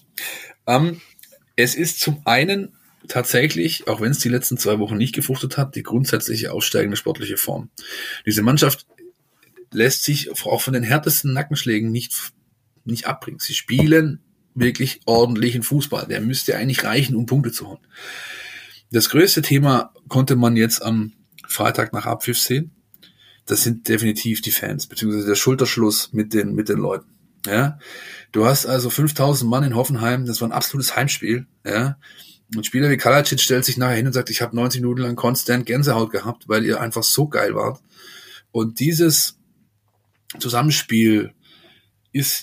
Es ist zum einen tatsächlich, auch wenn es die letzten 2 Wochen nicht gefruchtet hat, die grundsätzliche aufsteigende sportliche Form. Diese Mannschaft lässt sich auch von den härtesten Nackenschlägen nicht abbringen. Sie spielen wirklich ordentlichen Fußball. Der müsste eigentlich reichen, um Punkte zu holen. Das größte Thema konnte man jetzt am Freitag nach Abpfiff sehen. Das sind definitiv die Fans, beziehungsweise der Schulterschluss mit den Leuten. Ja, du hast also 5000 Mann in Hoffenheim, das war ein absolutes Heimspiel. Ja, ein Spieler wie Kalajdzic stellt sich nachher hin und sagt, ich habe 90 Minuten lang konstant Gänsehaut gehabt, weil ihr einfach so geil wart. Und dieses Zusammenspiel ist,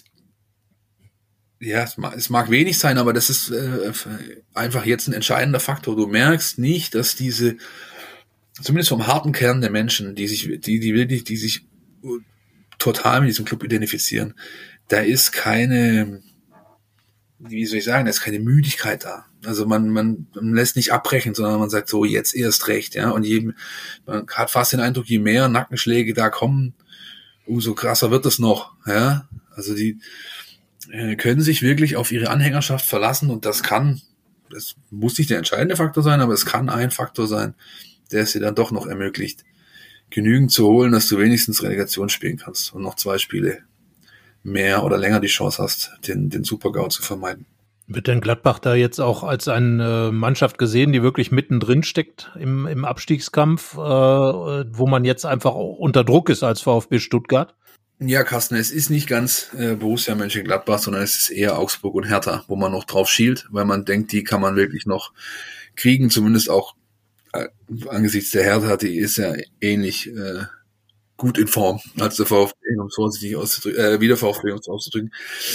ja, es mag wenig sein, aber das ist einfach jetzt ein entscheidender Faktor. Du merkst nicht, dass diese, zumindest vom harten Kern der Menschen, die sich total mit diesem Club identifizieren, da ist keine wie soll ich sagen, da ist keine Müdigkeit da. Also man lässt nicht abbrechen, sondern man sagt so, jetzt erst recht, ja. Und man hat fast den Eindruck, je mehr Nackenschläge da kommen, umso krasser wird es noch, ja. Also die können sich wirklich auf ihre Anhängerschaft verlassen und das muss nicht der entscheidende Faktor sein, aber es kann ein Faktor sein, der es dir dann doch noch ermöglicht, genügend zu holen, dass du wenigstens Relegation spielen kannst und noch 2 Spiele mehr oder länger die Chance hast, den Super-GAU zu vermeiden. Wird denn Gladbach da jetzt auch als eine Mannschaft gesehen, die wirklich mittendrin steckt im Abstiegskampf, wo man jetzt einfach auch unter Druck ist als VfB Stuttgart? Ja, Carsten, es ist nicht ganz Borussia Mönchengladbach, sondern es ist eher Augsburg und Hertha, wo man noch drauf schielt, weil man denkt, die kann man wirklich noch kriegen, zumindest auch angesichts der Hertha, die ist ja ähnlich gut in Form als der VfB, um es vorsichtig auszudrücken, wie der VfB, um es auszudrücken.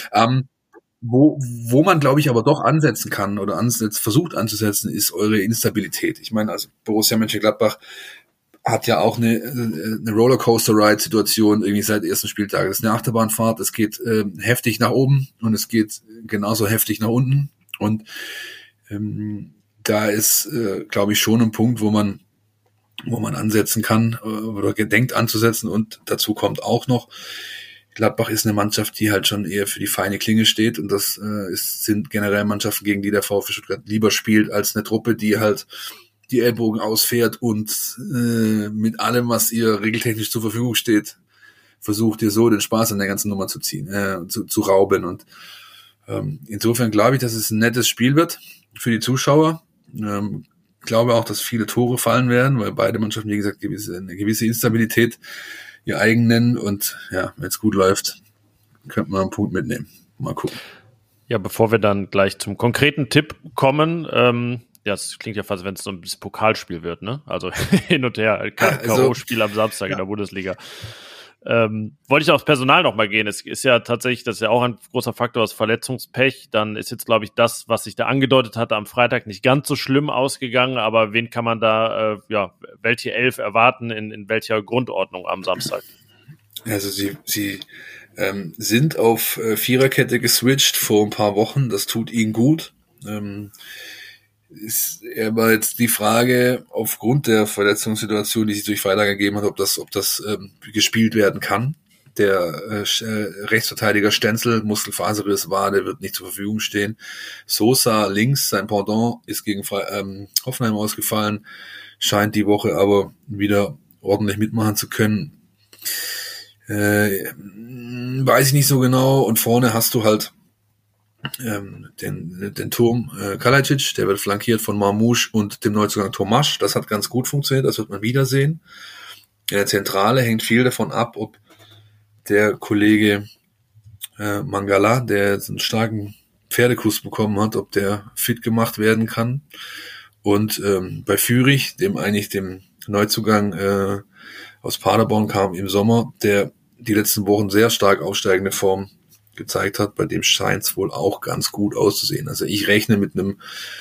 Wo man, glaube ich, aber doch ansetzen kann oder versucht anzusetzen, ist eure Instabilität. Ich meine, also Borussia Mönchengladbach hat ja auch eine Rollercoaster-Ride-Situation irgendwie seit ersten Spieltag. Das ist eine Achterbahnfahrt, es geht heftig nach oben und es geht genauso heftig nach unten. Und da ist, glaube ich, schon ein Punkt, wo man ansetzen kann oder gedenkt anzusetzen. Und dazu kommt auch noch, Gladbach ist eine Mannschaft, die halt schon eher für die feine Klinge steht. Und das sind generell Mannschaften, gegen die der VfB Stuttgart lieber spielt, als eine Truppe, die halt die Ellbogen ausfährt und mit allem, was ihr regeltechnisch zur Verfügung steht, versucht ihr so den Spaß an der ganzen Nummer zu ziehen, zu rauben. Und insofern glaube ich, dass es ein nettes Spiel wird für die Zuschauer. Glaube auch, dass viele Tore fallen werden, weil beide Mannschaften, wie gesagt, eine gewisse Instabilität ihr eigen nennen. Und ja, wenn es gut läuft, könnte man einen Punkt mitnehmen. Mal gucken. Ja, bevor wir dann gleich zum konkreten Tipp kommen, ja, es klingt ja fast, wenn es so ein bisschen Pokalspiel wird, ne? Also hin und her, K.O.-Spiel am Samstag in der Bundesliga. Wollte ich aufs Personal noch mal gehen. Es ist ja tatsächlich, das ist ja auch ein großer Faktor, das Verletzungspech. Dann ist jetzt, glaube ich, das, was sich da angedeutet hatte am Freitag, nicht ganz so schlimm ausgegangen. Aber wen kann man da, welche 11 erwarten, in welcher Grundordnung am Samstag? Also sie sind auf Viererkette geswitcht vor ein paar Wochen. Das tut ihnen gut. Ist aber jetzt die Frage, aufgrund der Verletzungssituation, die sich durch Freitag ergeben hat, ob das gespielt werden kann. Der Rechtsverteidiger Stenzel, Muskelfaserriss war, der wird nicht zur Verfügung stehen. Sosa links, sein Pendant, ist gegen Hoffenheim ausgefallen, scheint die Woche aber wieder ordentlich mitmachen zu können. Weiß ich nicht so genau. Und vorne hast du halt den Turm Kalajdzic, der wird flankiert von Marmouche und dem Neuzugang Tomasch. Das hat ganz gut funktioniert, das wird man wiedersehen. In der Zentrale hängt viel davon ab, ob der Kollege Mangala, der einen starken Pferdekuss bekommen hat, ob der fit gemacht werden kann. Und bei Führig, dem Neuzugang aus Paderborn kam im Sommer, der die letzten Wochen sehr stark aufsteigende Form gezeigt hat, bei dem scheint es wohl auch ganz gut auszusehen. Also ich rechne mit einem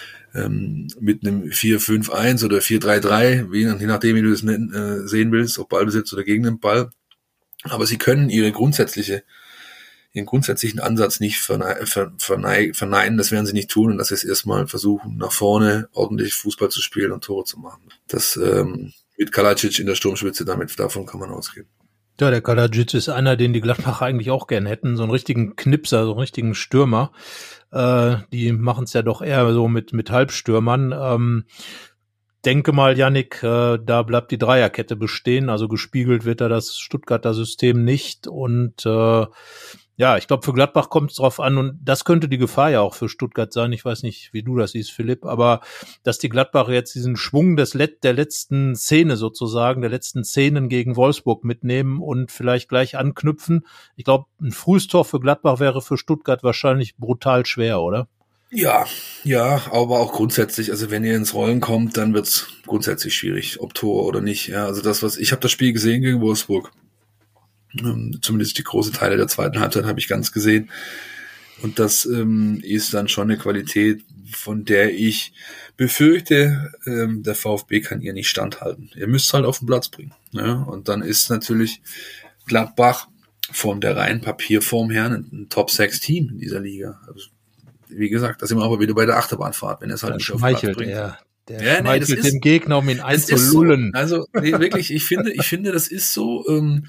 4-5-1 oder 4-3-3, je nachdem, wie du es sehen willst, ob Ballbesitz oder gegen den Ball. Aber sie können ihren grundsätzlichen Ansatz nicht verneinen, das werden sie nicht tun und das ist erstmal versuchen, nach vorne ordentlich Fußball zu spielen und Tore zu machen. Das mit Kalajdzic in der Sturmspitze, davon kann man ausgehen. Ja, der Kalajdzic ist einer, den die Gladbacher eigentlich auch gern hätten, so einen richtigen Knipser, so einen richtigen Stürmer. Die machen es ja doch eher so mit Halbstürmern. Denke mal, Yannick, da bleibt die Dreierkette bestehen, also gespiegelt wird da das Stuttgarter System nicht und ja, ich glaube, für Gladbach kommt es drauf an und das könnte die Gefahr ja auch für Stuttgart sein. Ich weiß nicht, wie du das siehst, Philipp, aber dass die Gladbacher jetzt diesen Schwung der letzten Szene sozusagen, der letzten Szenen gegen Wolfsburg mitnehmen und vielleicht gleich anknüpfen. Ich glaube, ein frühes Tor für Gladbach wäre für Stuttgart wahrscheinlich brutal schwer, oder? Ja, aber auch grundsätzlich, also wenn ihr ins Rollen kommt, dann wird's grundsätzlich schwierig, ob Tor oder nicht. Ja, also ich habe das Spiel gesehen gegen Wolfsburg. Zumindest die große Teile der zweiten Halbzeit habe ich ganz gesehen. Und das ist dann schon eine Qualität, von der ich befürchte, der VfB kann ihr nicht standhalten. Ihr müsst es halt auf den Platz bringen. Ja? Und dann ist natürlich Gladbach von der reinen Papierform her ein Top-6-Team in dieser Liga. Also wie gesagt, da sind wir aber wieder bei der Achterbahnfahrt, wenn er es halt nicht auf den Platz bringt. Der schmeichelt dem Gegner, um ihn einzulullen. So. Also nee, wirklich, ich finde, das ist so.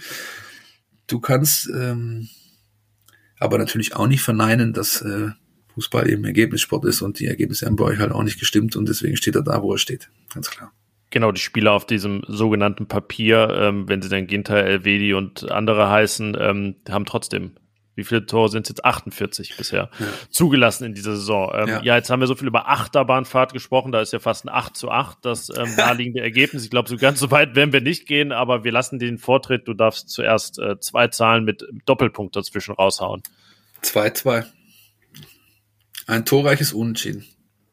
Du kannst aber natürlich auch nicht verneinen, dass Fußball eben Ergebnissport ist und die Ergebnisse haben bei euch halt auch nicht gestimmt und deswegen steht er da, wo er steht. Ganz klar. Genau, die Spieler auf diesem sogenannten Papier, wenn sie dann Ginter, Elvedi und andere heißen, haben trotzdem, wie viele Tore sind es jetzt? 48 bisher zugelassen in dieser Saison. Jetzt haben wir so viel über Achterbahnfahrt gesprochen, da ist ja fast ein 8:8 das naheliegende Ergebnis. Ich glaube, so ganz so weit werden wir nicht gehen, aber wir lassen den Vortritt. Du darfst zuerst 2 Zahlen mit Doppelpunkt dazwischen raushauen. 2:2. Ein torreiches Unentschieden.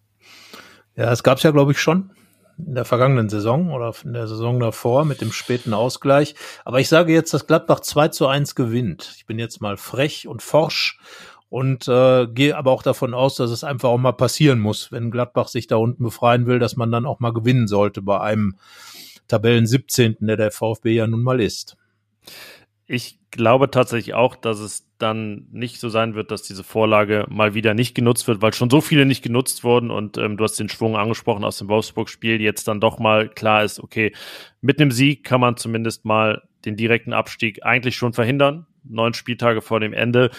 Ja, es gab es ja, glaube ich, schon in der vergangenen Saison oder in der Saison davor mit dem späten Ausgleich. Aber ich sage jetzt, dass Gladbach 2:1 gewinnt. Ich bin jetzt mal frech und forsch und gehe aber auch davon aus, dass es einfach auch mal passieren muss, wenn Gladbach sich da unten befreien will, dass man dann auch mal gewinnen sollte bei einem Tabellen 17., der VfB ja nun mal ist. Ich glaube tatsächlich auch, dass es dann nicht so sein wird, dass diese Vorlage mal wieder nicht genutzt wird, weil schon so viele nicht genutzt wurden und du hast den Schwung angesprochen aus dem Wolfsburg-Spiel, jetzt dann doch mal klar ist, okay, mit einem Sieg kann man zumindest mal den direkten Abstieg eigentlich schon verhindern, 9 Spieltage vor dem Ende.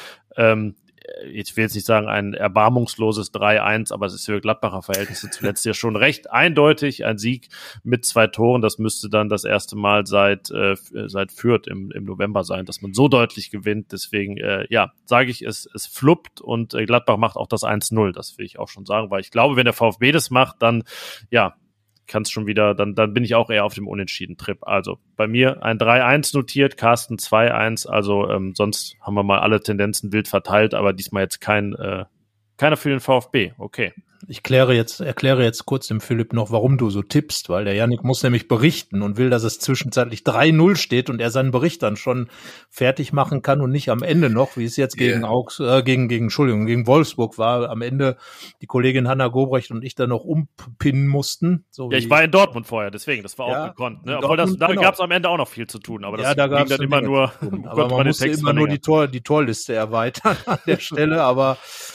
Ich will jetzt nicht sagen ein erbarmungsloses 3:1, aber es ist für Gladbacher Verhältnisse zuletzt ja schon recht eindeutig. Ein Sieg mit 2 Toren, das müsste dann das erste Mal seit Fürth im November sein, dass man so deutlich gewinnt. Deswegen, sage ich, es fluppt und Gladbach macht auch das 1:0. Das will ich auch schon sagen, weil ich glaube, wenn der VfB das macht, dann, kann es schon wieder, dann bin ich auch eher auf dem Unentschieden-Trip. Also bei mir ein 3:1 notiert, Carsten 2:1, also sonst haben wir mal alle Tendenzen wild verteilt, aber diesmal jetzt keiner für den VfB. Okay. Ich erkläre jetzt kurz dem Philipp noch, warum du so tippst, weil der Yannick muss nämlich berichten und will, dass es zwischenzeitlich 3:0 steht und er seinen Bericht dann schon fertig machen kann und nicht am Ende noch, wie es jetzt gegen Wolfsburg war, am Ende die Kollegin Hanna Gobrecht und ich dann noch umpinnen mussten. So ich war in Dortmund vorher, deswegen, das war auch gekonnt. Ne? Obwohl da gab es am Ende auch noch viel zu tun, aber das da ging dann immer nur, aber man musste immer nur die Torliste erweitern an der Stelle, aber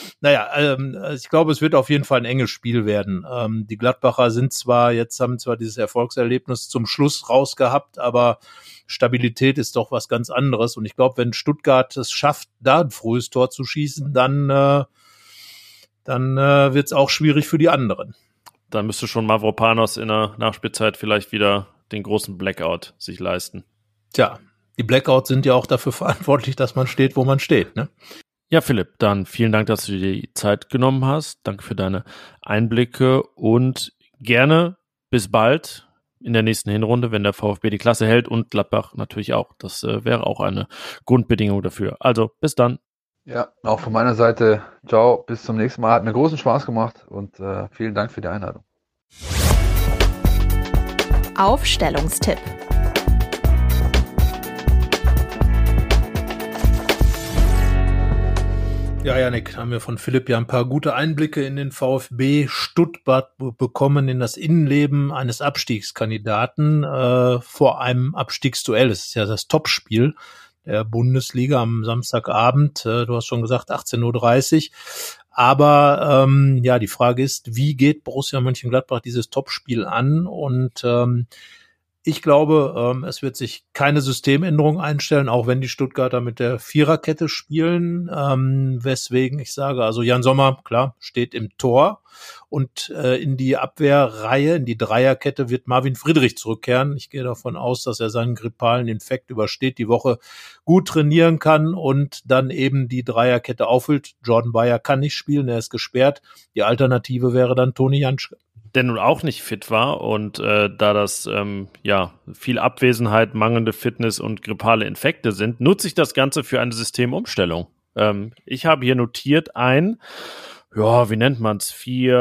ich glaube, es wird auf jeden Fall ein enges Spiel werden. Die Gladbacher haben zwar dieses Erfolgserlebnis zum Schluss rausgehabt, aber Stabilität ist doch was ganz anderes. Und ich glaube, wenn Stuttgart es schafft, da ein frühes Tor zu schießen, dann wird es auch schwierig für die anderen. Dann müsste schon Mavropanos in der Nachspielzeit vielleicht wieder den großen Blackout sich leisten. Tja, die Blackouts sind ja auch dafür verantwortlich, dass man steht, wo man steht, ne? Ja, Philipp, dann vielen Dank, dass du dir die Zeit genommen hast. Danke für deine Einblicke und gerne bis bald in der nächsten Hinrunde, wenn der VfB die Klasse hält und Gladbach natürlich auch. Das wäre auch eine Grundbedingung dafür. Also, bis dann. Ja, auch von meiner Seite, ciao, bis zum nächsten Mal. Hat mir großen Spaß gemacht und vielen Dank für die Einladung. Aufstellungstipp. Ja, Yannick, haben wir von Philipp ja ein paar gute Einblicke in den VfB Stuttgart bekommen, in das Innenleben eines Abstiegskandidaten vor einem Abstiegsduell. Es ist ja das Topspiel der Bundesliga am Samstagabend. Du hast schon gesagt, 18:30 Uhr. Aber die Frage ist, wie geht Borussia Mönchengladbach dieses Topspiel an? Und ich glaube, es wird sich keine Systemänderung einstellen, auch wenn die Stuttgarter mit der Viererkette spielen, weswegen ich sage, also Jan Sommer, klar, steht im Tor und in die Abwehrreihe, in die Dreierkette wird Marvin Friedrich zurückkehren. Ich gehe davon aus, dass er seinen grippalen Infekt übersteht, die Woche gut trainieren kann und dann eben die Dreierkette auffüllt. Jordan Bayer kann nicht spielen, er ist gesperrt. Die Alternative wäre dann Toni Janschke, der nun auch nicht fit war und da das viel Abwesenheit, mangelnde Fitness und grippale Infekte sind, nutze ich das Ganze für eine Systemumstellung. Ich habe hier notiert wie nennt man es?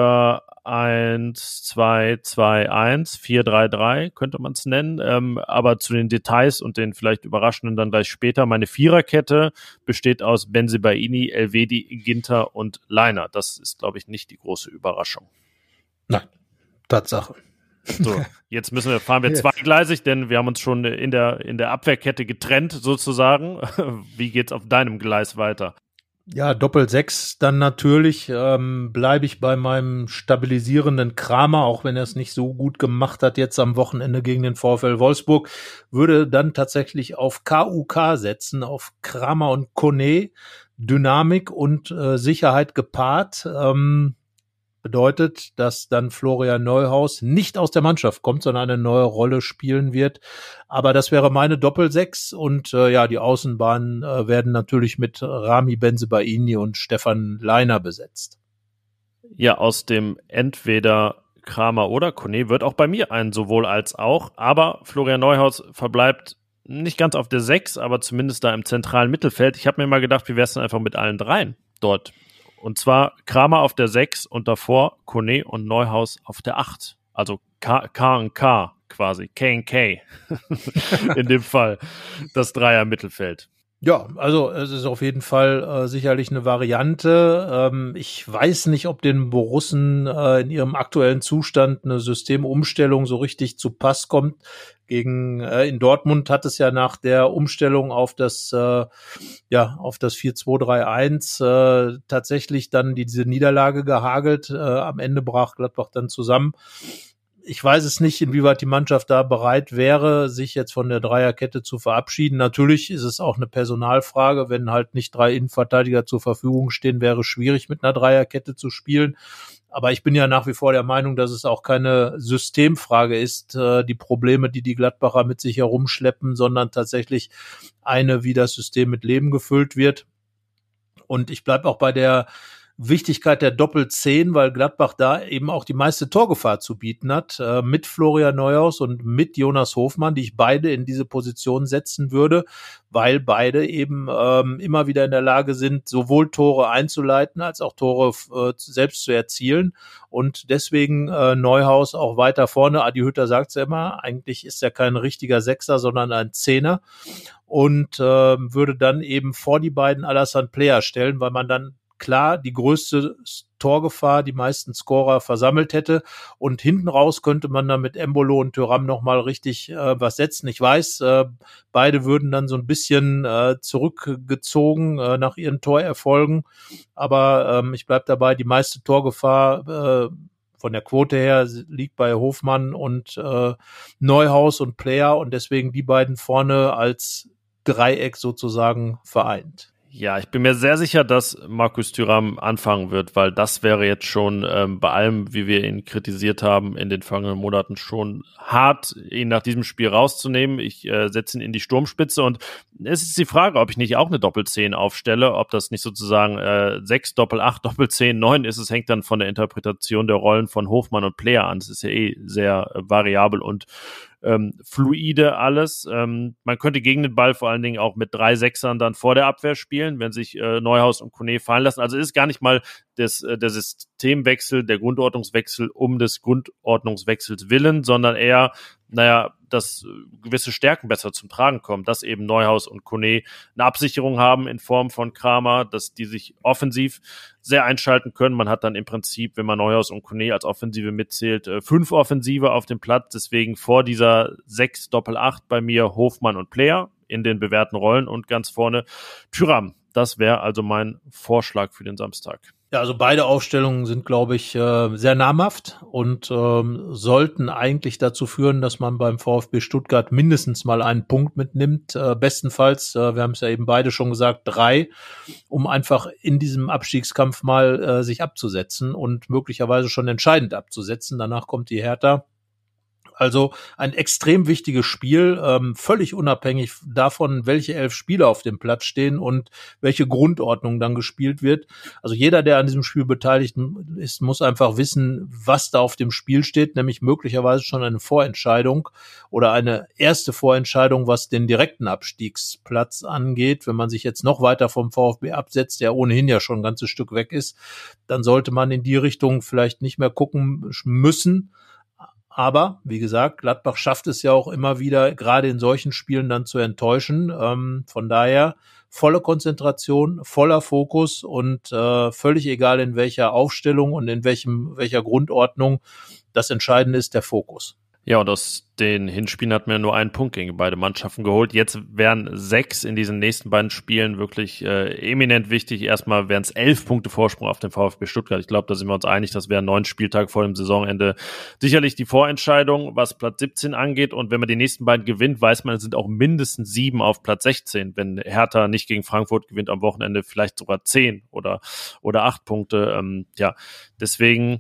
4-1-2-2-1, 4-3-3 könnte man es nennen, aber zu den Details und den vielleicht überraschenden dann gleich später. Meine Viererkette besteht aus Bensebaini, Elvedi, Ginter und Leiner. Das ist, glaube ich, nicht die große Überraschung. Nein. Tatsache. So, jetzt fahren wir zweigleisig, denn wir haben uns schon in der Abwehrkette getrennt sozusagen. Wie geht's auf deinem Gleis weiter? Ja, Doppel-6 dann natürlich bleibe ich bei meinem stabilisierenden Kramer, auch wenn er es nicht so gut gemacht hat jetzt am Wochenende gegen den VfL Wolfsburg, würde dann tatsächlich auf KUK setzen, auf Kramer und Kone, Dynamik und Sicherheit gepaart. Bedeutet, dass dann Florian Neuhaus nicht aus der Mannschaft kommt, sondern eine neue Rolle spielen wird. Aber das wäre meine Doppel-6 und die Außenbahnen werden natürlich mit Rami Bensebaini und Stefan Leiner besetzt. Ja, aus dem entweder Kramer oder Kone wird auch bei mir ein sowohl als auch, aber Florian Neuhaus verbleibt nicht ganz auf der 6, aber zumindest da im zentralen Mittelfeld. Ich habe mir mal gedacht, wie wäre es denn einfach mit allen dreien dort? Und zwar Kramer auf der 6 und davor Kone und Neuhaus auf der 8. Also K und K quasi. K und K in dem Fall. Das Dreier-Mittelfeld. Ja, also es ist auf jeden Fall sicherlich eine Variante. Ich weiß nicht, ob den Borussen in ihrem aktuellen Zustand eine Systemumstellung so richtig zu Pass kommt. In Dortmund hat es ja nach der Umstellung auf das 4-2-3-1 tatsächlich dann diese Niederlage gehagelt. Am Ende brach Gladbach dann zusammen. Ich weiß es nicht, inwieweit die Mannschaft da bereit wäre, sich jetzt von der Dreierkette zu verabschieden. Natürlich ist es auch eine Personalfrage. Wenn halt nicht 3 Innenverteidiger zur Verfügung stehen, wäre es schwierig, mit einer Dreierkette zu spielen. Aber ich bin ja nach wie vor der Meinung, dass es auch keine Systemfrage ist, die Probleme, die Gladbacher mit sich herumschleppen, sondern tatsächlich wie das System mit Leben gefüllt wird. Und ich bleibe auch bei der Wichtigkeit der Doppel-10, weil Gladbach da eben auch die meiste Torgefahr zu bieten hat, mit Florian Neuhaus und mit Jonas Hofmann, die ich beide in diese Position setzen würde, weil beide eben immer wieder in der Lage sind, sowohl Tore einzuleiten, als auch Tore selbst zu erzielen. Und deswegen Neuhaus auch weiter vorne. Adi Hütter sagt es ja immer, eigentlich ist er kein richtiger Sechser, sondern ein Zehner. Und würde dann eben vor die beiden Alassane Player stellen, weil man dann klar die größte Torgefahr, die meisten Scorer versammelt hätte. Und hinten raus könnte man dann mit Embolo und Thuram nochmal richtig was setzen. Ich weiß, beide würden dann so ein bisschen zurückgezogen nach ihren Torerfolgen. Aber ich bleib dabei, die meiste Torgefahr von der Quote her liegt bei Hofmann und Neuhaus und Player. Und deswegen die beiden vorne als Dreieck sozusagen vereint. Ja, ich bin mir sehr sicher, dass Markus Thuram anfangen wird, weil das wäre jetzt schon bei allem, wie wir ihn kritisiert haben, in den vergangenen Monaten schon hart, ihn nach diesem Spiel rauszunehmen. Ich setze ihn in die Sturmspitze und es ist die Frage, ob ich nicht auch eine Doppel-10 aufstelle, ob das nicht sozusagen 6, Doppel-8, Doppel-10, 9 ist. Es hängt dann von der Interpretation der Rollen von Hofmann und Player an. Das ist ja sehr variabel und fluide alles. Man könnte gegen den Ball vor allen Dingen auch mit 3 Sechsern dann vor der Abwehr spielen, wenn sich Neuhaus und Kone fallen lassen. Also es ist gar nicht mal der Systemwechsel, der Grundordnungswechsel um des Grundordnungswechsels willen, sondern eher, dass gewisse Stärken besser zum Tragen kommen, dass eben Neuhaus und Kone eine Absicherung haben in Form von Kramer, dass die sich offensiv sehr einschalten können. Man hat dann im Prinzip, wenn man Neuhaus und Kone als Offensive mitzählt, 5 Offensive auf dem Platz. Deswegen vor dieser 6 Doppel-8 bei mir Hofmann und Player in den bewährten Rollen und ganz vorne Thuram. Das wäre also mein Vorschlag für den Samstag. Ja, also beide Aufstellungen sind, glaube ich, sehr namhaft und sollten eigentlich dazu führen, dass man beim VfB Stuttgart mindestens mal einen Punkt mitnimmt. Bestenfalls, wir haben es ja eben beide schon gesagt, 3, um einfach in diesem Abstiegskampf mal sich abzusetzen und möglicherweise schon entscheidend abzusetzen. Danach kommt die Hertha. Also ein extrem wichtiges Spiel, völlig unabhängig davon, welche 11 Spieler auf dem Platz stehen und welche Grundordnung dann gespielt wird. Also jeder, der an diesem Spiel beteiligt ist, muss einfach wissen, was da auf dem Spiel steht, nämlich möglicherweise schon eine Vorentscheidung oder eine erste Vorentscheidung, was den direkten Abstiegsplatz angeht. Wenn man sich jetzt noch weiter vom VfB absetzt, der ohnehin ja schon ein ganzes Stück weg ist, dann sollte man in die Richtung vielleicht nicht mehr gucken müssen. Aber, wie gesagt, Gladbach schafft es ja auch immer wieder, gerade in solchen Spielen dann zu enttäuschen. Von daher volle Konzentration, voller Fokus und völlig egal in welcher Aufstellung und in welcher Grundordnung. Das Entscheidende ist der Fokus. Ja, und aus den Hinspielen hat man ja nur einen Punkt gegen beide Mannschaften geholt. Jetzt wären 6 in diesen nächsten beiden Spielen wirklich eminent wichtig. Erstmal wären es 11 Punkte Vorsprung auf den VfB Stuttgart. Ich glaube, da sind wir uns einig, das wäre 9 Spieltage vor dem Saisonende sicherlich die Vorentscheidung, was Platz 17 angeht. Und wenn man die nächsten beiden gewinnt, weiß man, es sind auch mindestens 7 auf Platz 16. Wenn Hertha nicht gegen Frankfurt gewinnt am Wochenende, vielleicht sogar 10 oder 8 Punkte. Deswegen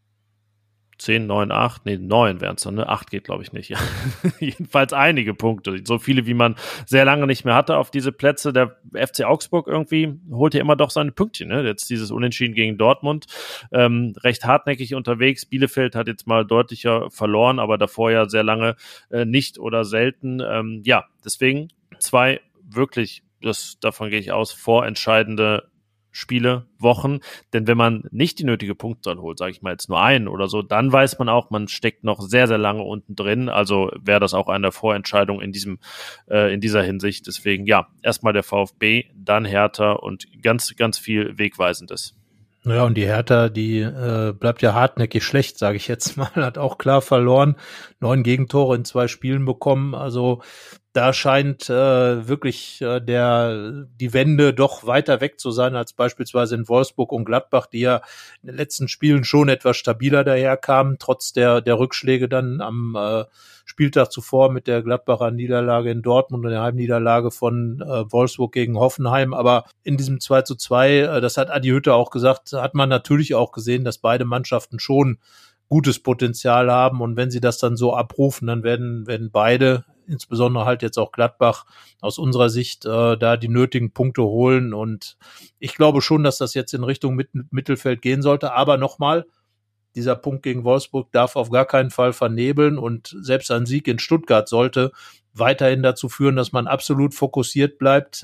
10, 9, 8, 9 wären es dann, ne? 8 geht, glaube ich, nicht. Ja. Jedenfalls einige Punkte, so viele, wie man sehr lange nicht mehr hatte auf diese Plätze. Der FC Augsburg irgendwie holt ja immer doch seine Pünktchen, ne? Jetzt dieses Unentschieden gegen Dortmund, recht hartnäckig unterwegs. Bielefeld hat jetzt mal deutlicher verloren, aber davor ja sehr lange nicht oder selten. Deswegen 2 wirklich, davon gehe ich aus, vorentscheidende Spiele, Wochen, denn wenn man nicht die nötige Punktzahl holt, sage ich mal jetzt nur einen oder so, dann weiß man auch, man steckt noch sehr, sehr lange unten drin, also wäre das auch eine Vorentscheidung in dieser Hinsicht, deswegen erstmal der VfB, dann Hertha und ganz, ganz viel Wegweisendes. Ja, und die Hertha, die bleibt ja hartnäckig schlecht, sage ich jetzt mal, hat auch klar verloren, 9 Gegentore in 2 Spielen bekommen, also da scheint wirklich die Wende doch weiter weg zu sein als beispielsweise in Wolfsburg und Gladbach, die ja in den letzten Spielen schon etwas stabiler daherkamen, trotz der Rückschläge dann am Spieltag zuvor mit der Gladbacher Niederlage in Dortmund und der Heimniederlage von Wolfsburg gegen Hoffenheim. Aber in diesem 2:2, das hat Adi Hütter auch gesagt, hat man natürlich auch gesehen, dass beide Mannschaften schon gutes Potenzial haben. Und wenn sie das dann so abrufen, dann werden beide, insbesondere halt jetzt auch Gladbach, aus unserer Sicht da die nötigen Punkte holen. Und ich glaube schon, dass das jetzt in Richtung Mittelfeld gehen sollte. Aber nochmal, dieser Punkt gegen Wolfsburg darf auf gar keinen Fall vernebeln. Und selbst ein Sieg in Stuttgart sollte weiterhin dazu führen, dass man absolut fokussiert bleibt.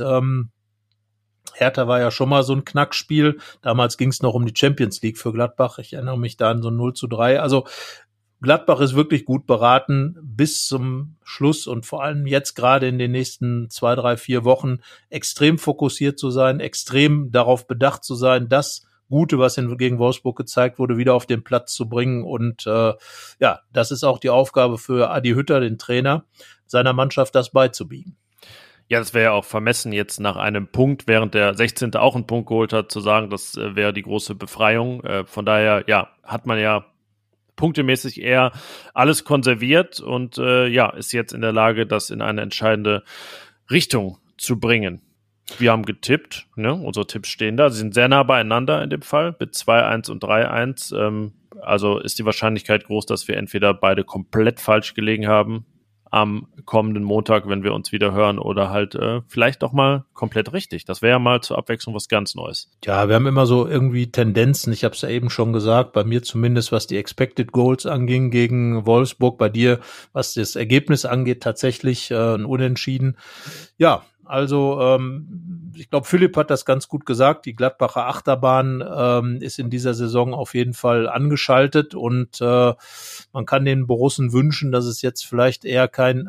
Hertha war ja schon mal so ein Knackspiel. Damals ging es noch um die Champions League für Gladbach. Ich erinnere mich da an so ein 0:3. Also Gladbach ist wirklich gut beraten, bis zum Schluss und vor allem jetzt gerade in den nächsten 2, 3, 4 Wochen extrem fokussiert zu sein, extrem darauf bedacht zu sein, das Gute, was gegen Wolfsburg gezeigt wurde, wieder auf den Platz zu bringen. Und das ist auch die Aufgabe für Adi Hütter, den Trainer, seiner Mannschaft das beizubiegen. Ja, das wäre ja auch vermessen, jetzt nach einem Punkt, während der 16. auch einen Punkt geholt hat, zu sagen, das wäre die große Befreiung. Von daher, hat man ja punktemäßig eher alles konserviert und ist jetzt in der Lage, das in eine entscheidende Richtung zu bringen. Wir haben getippt, ne? Unsere Tipps stehen da. Sie sind sehr nah beieinander in dem Fall mit 2-1 und 3-1. Also ist die Wahrscheinlichkeit groß, dass wir entweder beide komplett falsch gelegen haben am kommenden Montag, wenn wir uns wieder hören, oder halt vielleicht auch mal komplett richtig. Das wäre ja mal zur Abwechslung was ganz Neues. Ja, wir haben immer so irgendwie Tendenzen, ich habe es ja eben schon gesagt, bei mir zumindest, was die Expected Goals anging gegen Wolfsburg, bei dir, was das Ergebnis angeht, tatsächlich ein Unentschieden. Ja, also ich glaube, Philipp hat das ganz gut gesagt, die Gladbacher Achterbahn ist in dieser Saison auf jeden Fall angeschaltet und man kann den Borussen wünschen, dass es jetzt vielleicht eher kein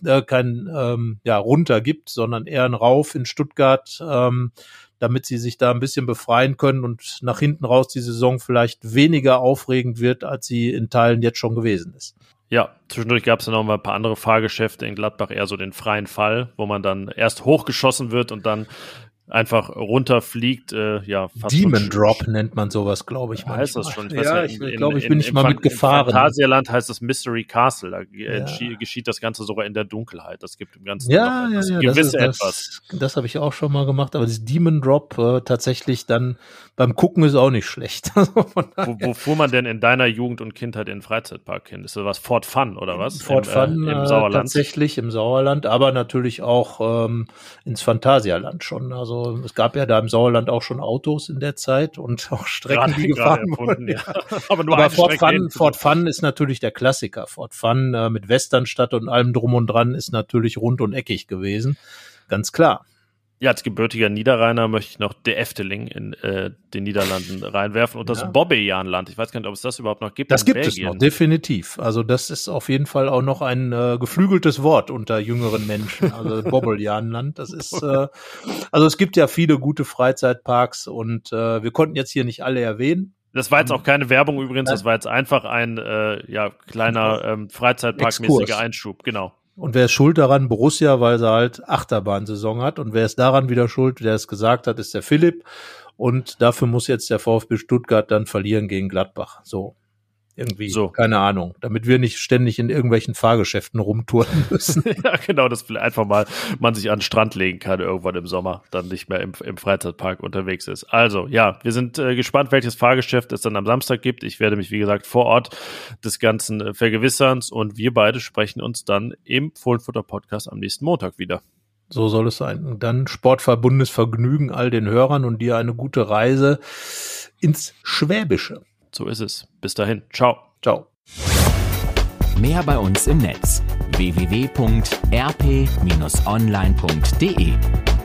Runter gibt, sondern eher ein Rauf in Stuttgart, damit sie sich da ein bisschen befreien können und nach hinten raus die Saison vielleicht weniger aufregend wird, als sie in Teilen jetzt schon gewesen ist. Ja, zwischendurch gab es ja noch mal ein paar andere Fahrgeschäfte in Gladbach, eher so den freien Fall, wo man dann erst hochgeschossen wird und dann einfach runterfliegt. Fast Demon Drop nennt man sowas, glaube ich. Heißt das schon? Ich glaube, ich bin nicht mal mitgefahren. Im Phantasialand heißt das Mystery Castle. Da geschieht das Ganze sogar in der Dunkelheit. Das gibt im Ganzen etwas. Das habe ich auch schon mal gemacht. Aber das Demon Drop tatsächlich dann beim Gucken ist auch nicht schlecht. Wo fuhr man denn in deiner Jugend und Kindheit in den Freizeitpark hin? Ist das was Fort Fun oder was? Fort Fun im Sauerland? Tatsächlich im Sauerland, aber natürlich auch ins Phantasialand schon. Also es gab ja da im Sauerland auch schon Autos in der Zeit und auch Strecken, die gefahren wurden. Ja. Aber Fort Fun ist natürlich der Klassiker. Fort Fun mit Westernstadt und allem drum und dran ist natürlich rund und eckig gewesen. Ganz klar. Ja, als gebürtiger Niederrheiner möchte ich noch der Efteling in den Niederlanden reinwerfen und das Bobbejaanland. Ich weiß gar nicht, ob es das überhaupt noch gibt. Das gibt es noch, definitiv. Also das ist auf jeden Fall auch noch ein geflügeltes Wort unter jüngeren Menschen. Also Bobbejaanland, das ist, also es gibt ja viele gute Freizeitparks und wir konnten jetzt hier nicht alle erwähnen. Das war jetzt auch keine Werbung übrigens, das war jetzt einfach ein kleiner Freizeitparkmäßiger Einschub, genau. Und wer ist schuld daran? Borussia, weil sie halt Achterbahnsaison hat. Und wer ist daran wieder schuld? Der es gesagt hat, ist der Philipp. Und dafür muss jetzt der VfB Stuttgart dann verlieren gegen Gladbach. So. Irgendwie, keine Ahnung, damit wir nicht ständig in irgendwelchen Fahrgeschäften rumtouren müssen. Ja, genau, dass einfach mal man sich an den Strand legen kann irgendwann im Sommer, dann nicht mehr im Freizeitpark unterwegs ist. Also, ja, wir sind gespannt, welches Fahrgeschäft es dann am Samstag gibt. Ich werde mich, wie gesagt, vor Ort des Ganzen vergewissern und wir beide sprechen uns dann im Fohlenfutter-Podcast am nächsten Montag wieder. So soll es sein. Und dann sportverbundenes Vergnügen all den Hörern und dir eine gute Reise ins Schwäbische. So ist es. Bis dahin. Ciao. Ciao. Mehr bei uns im Netz: www.rp-online.de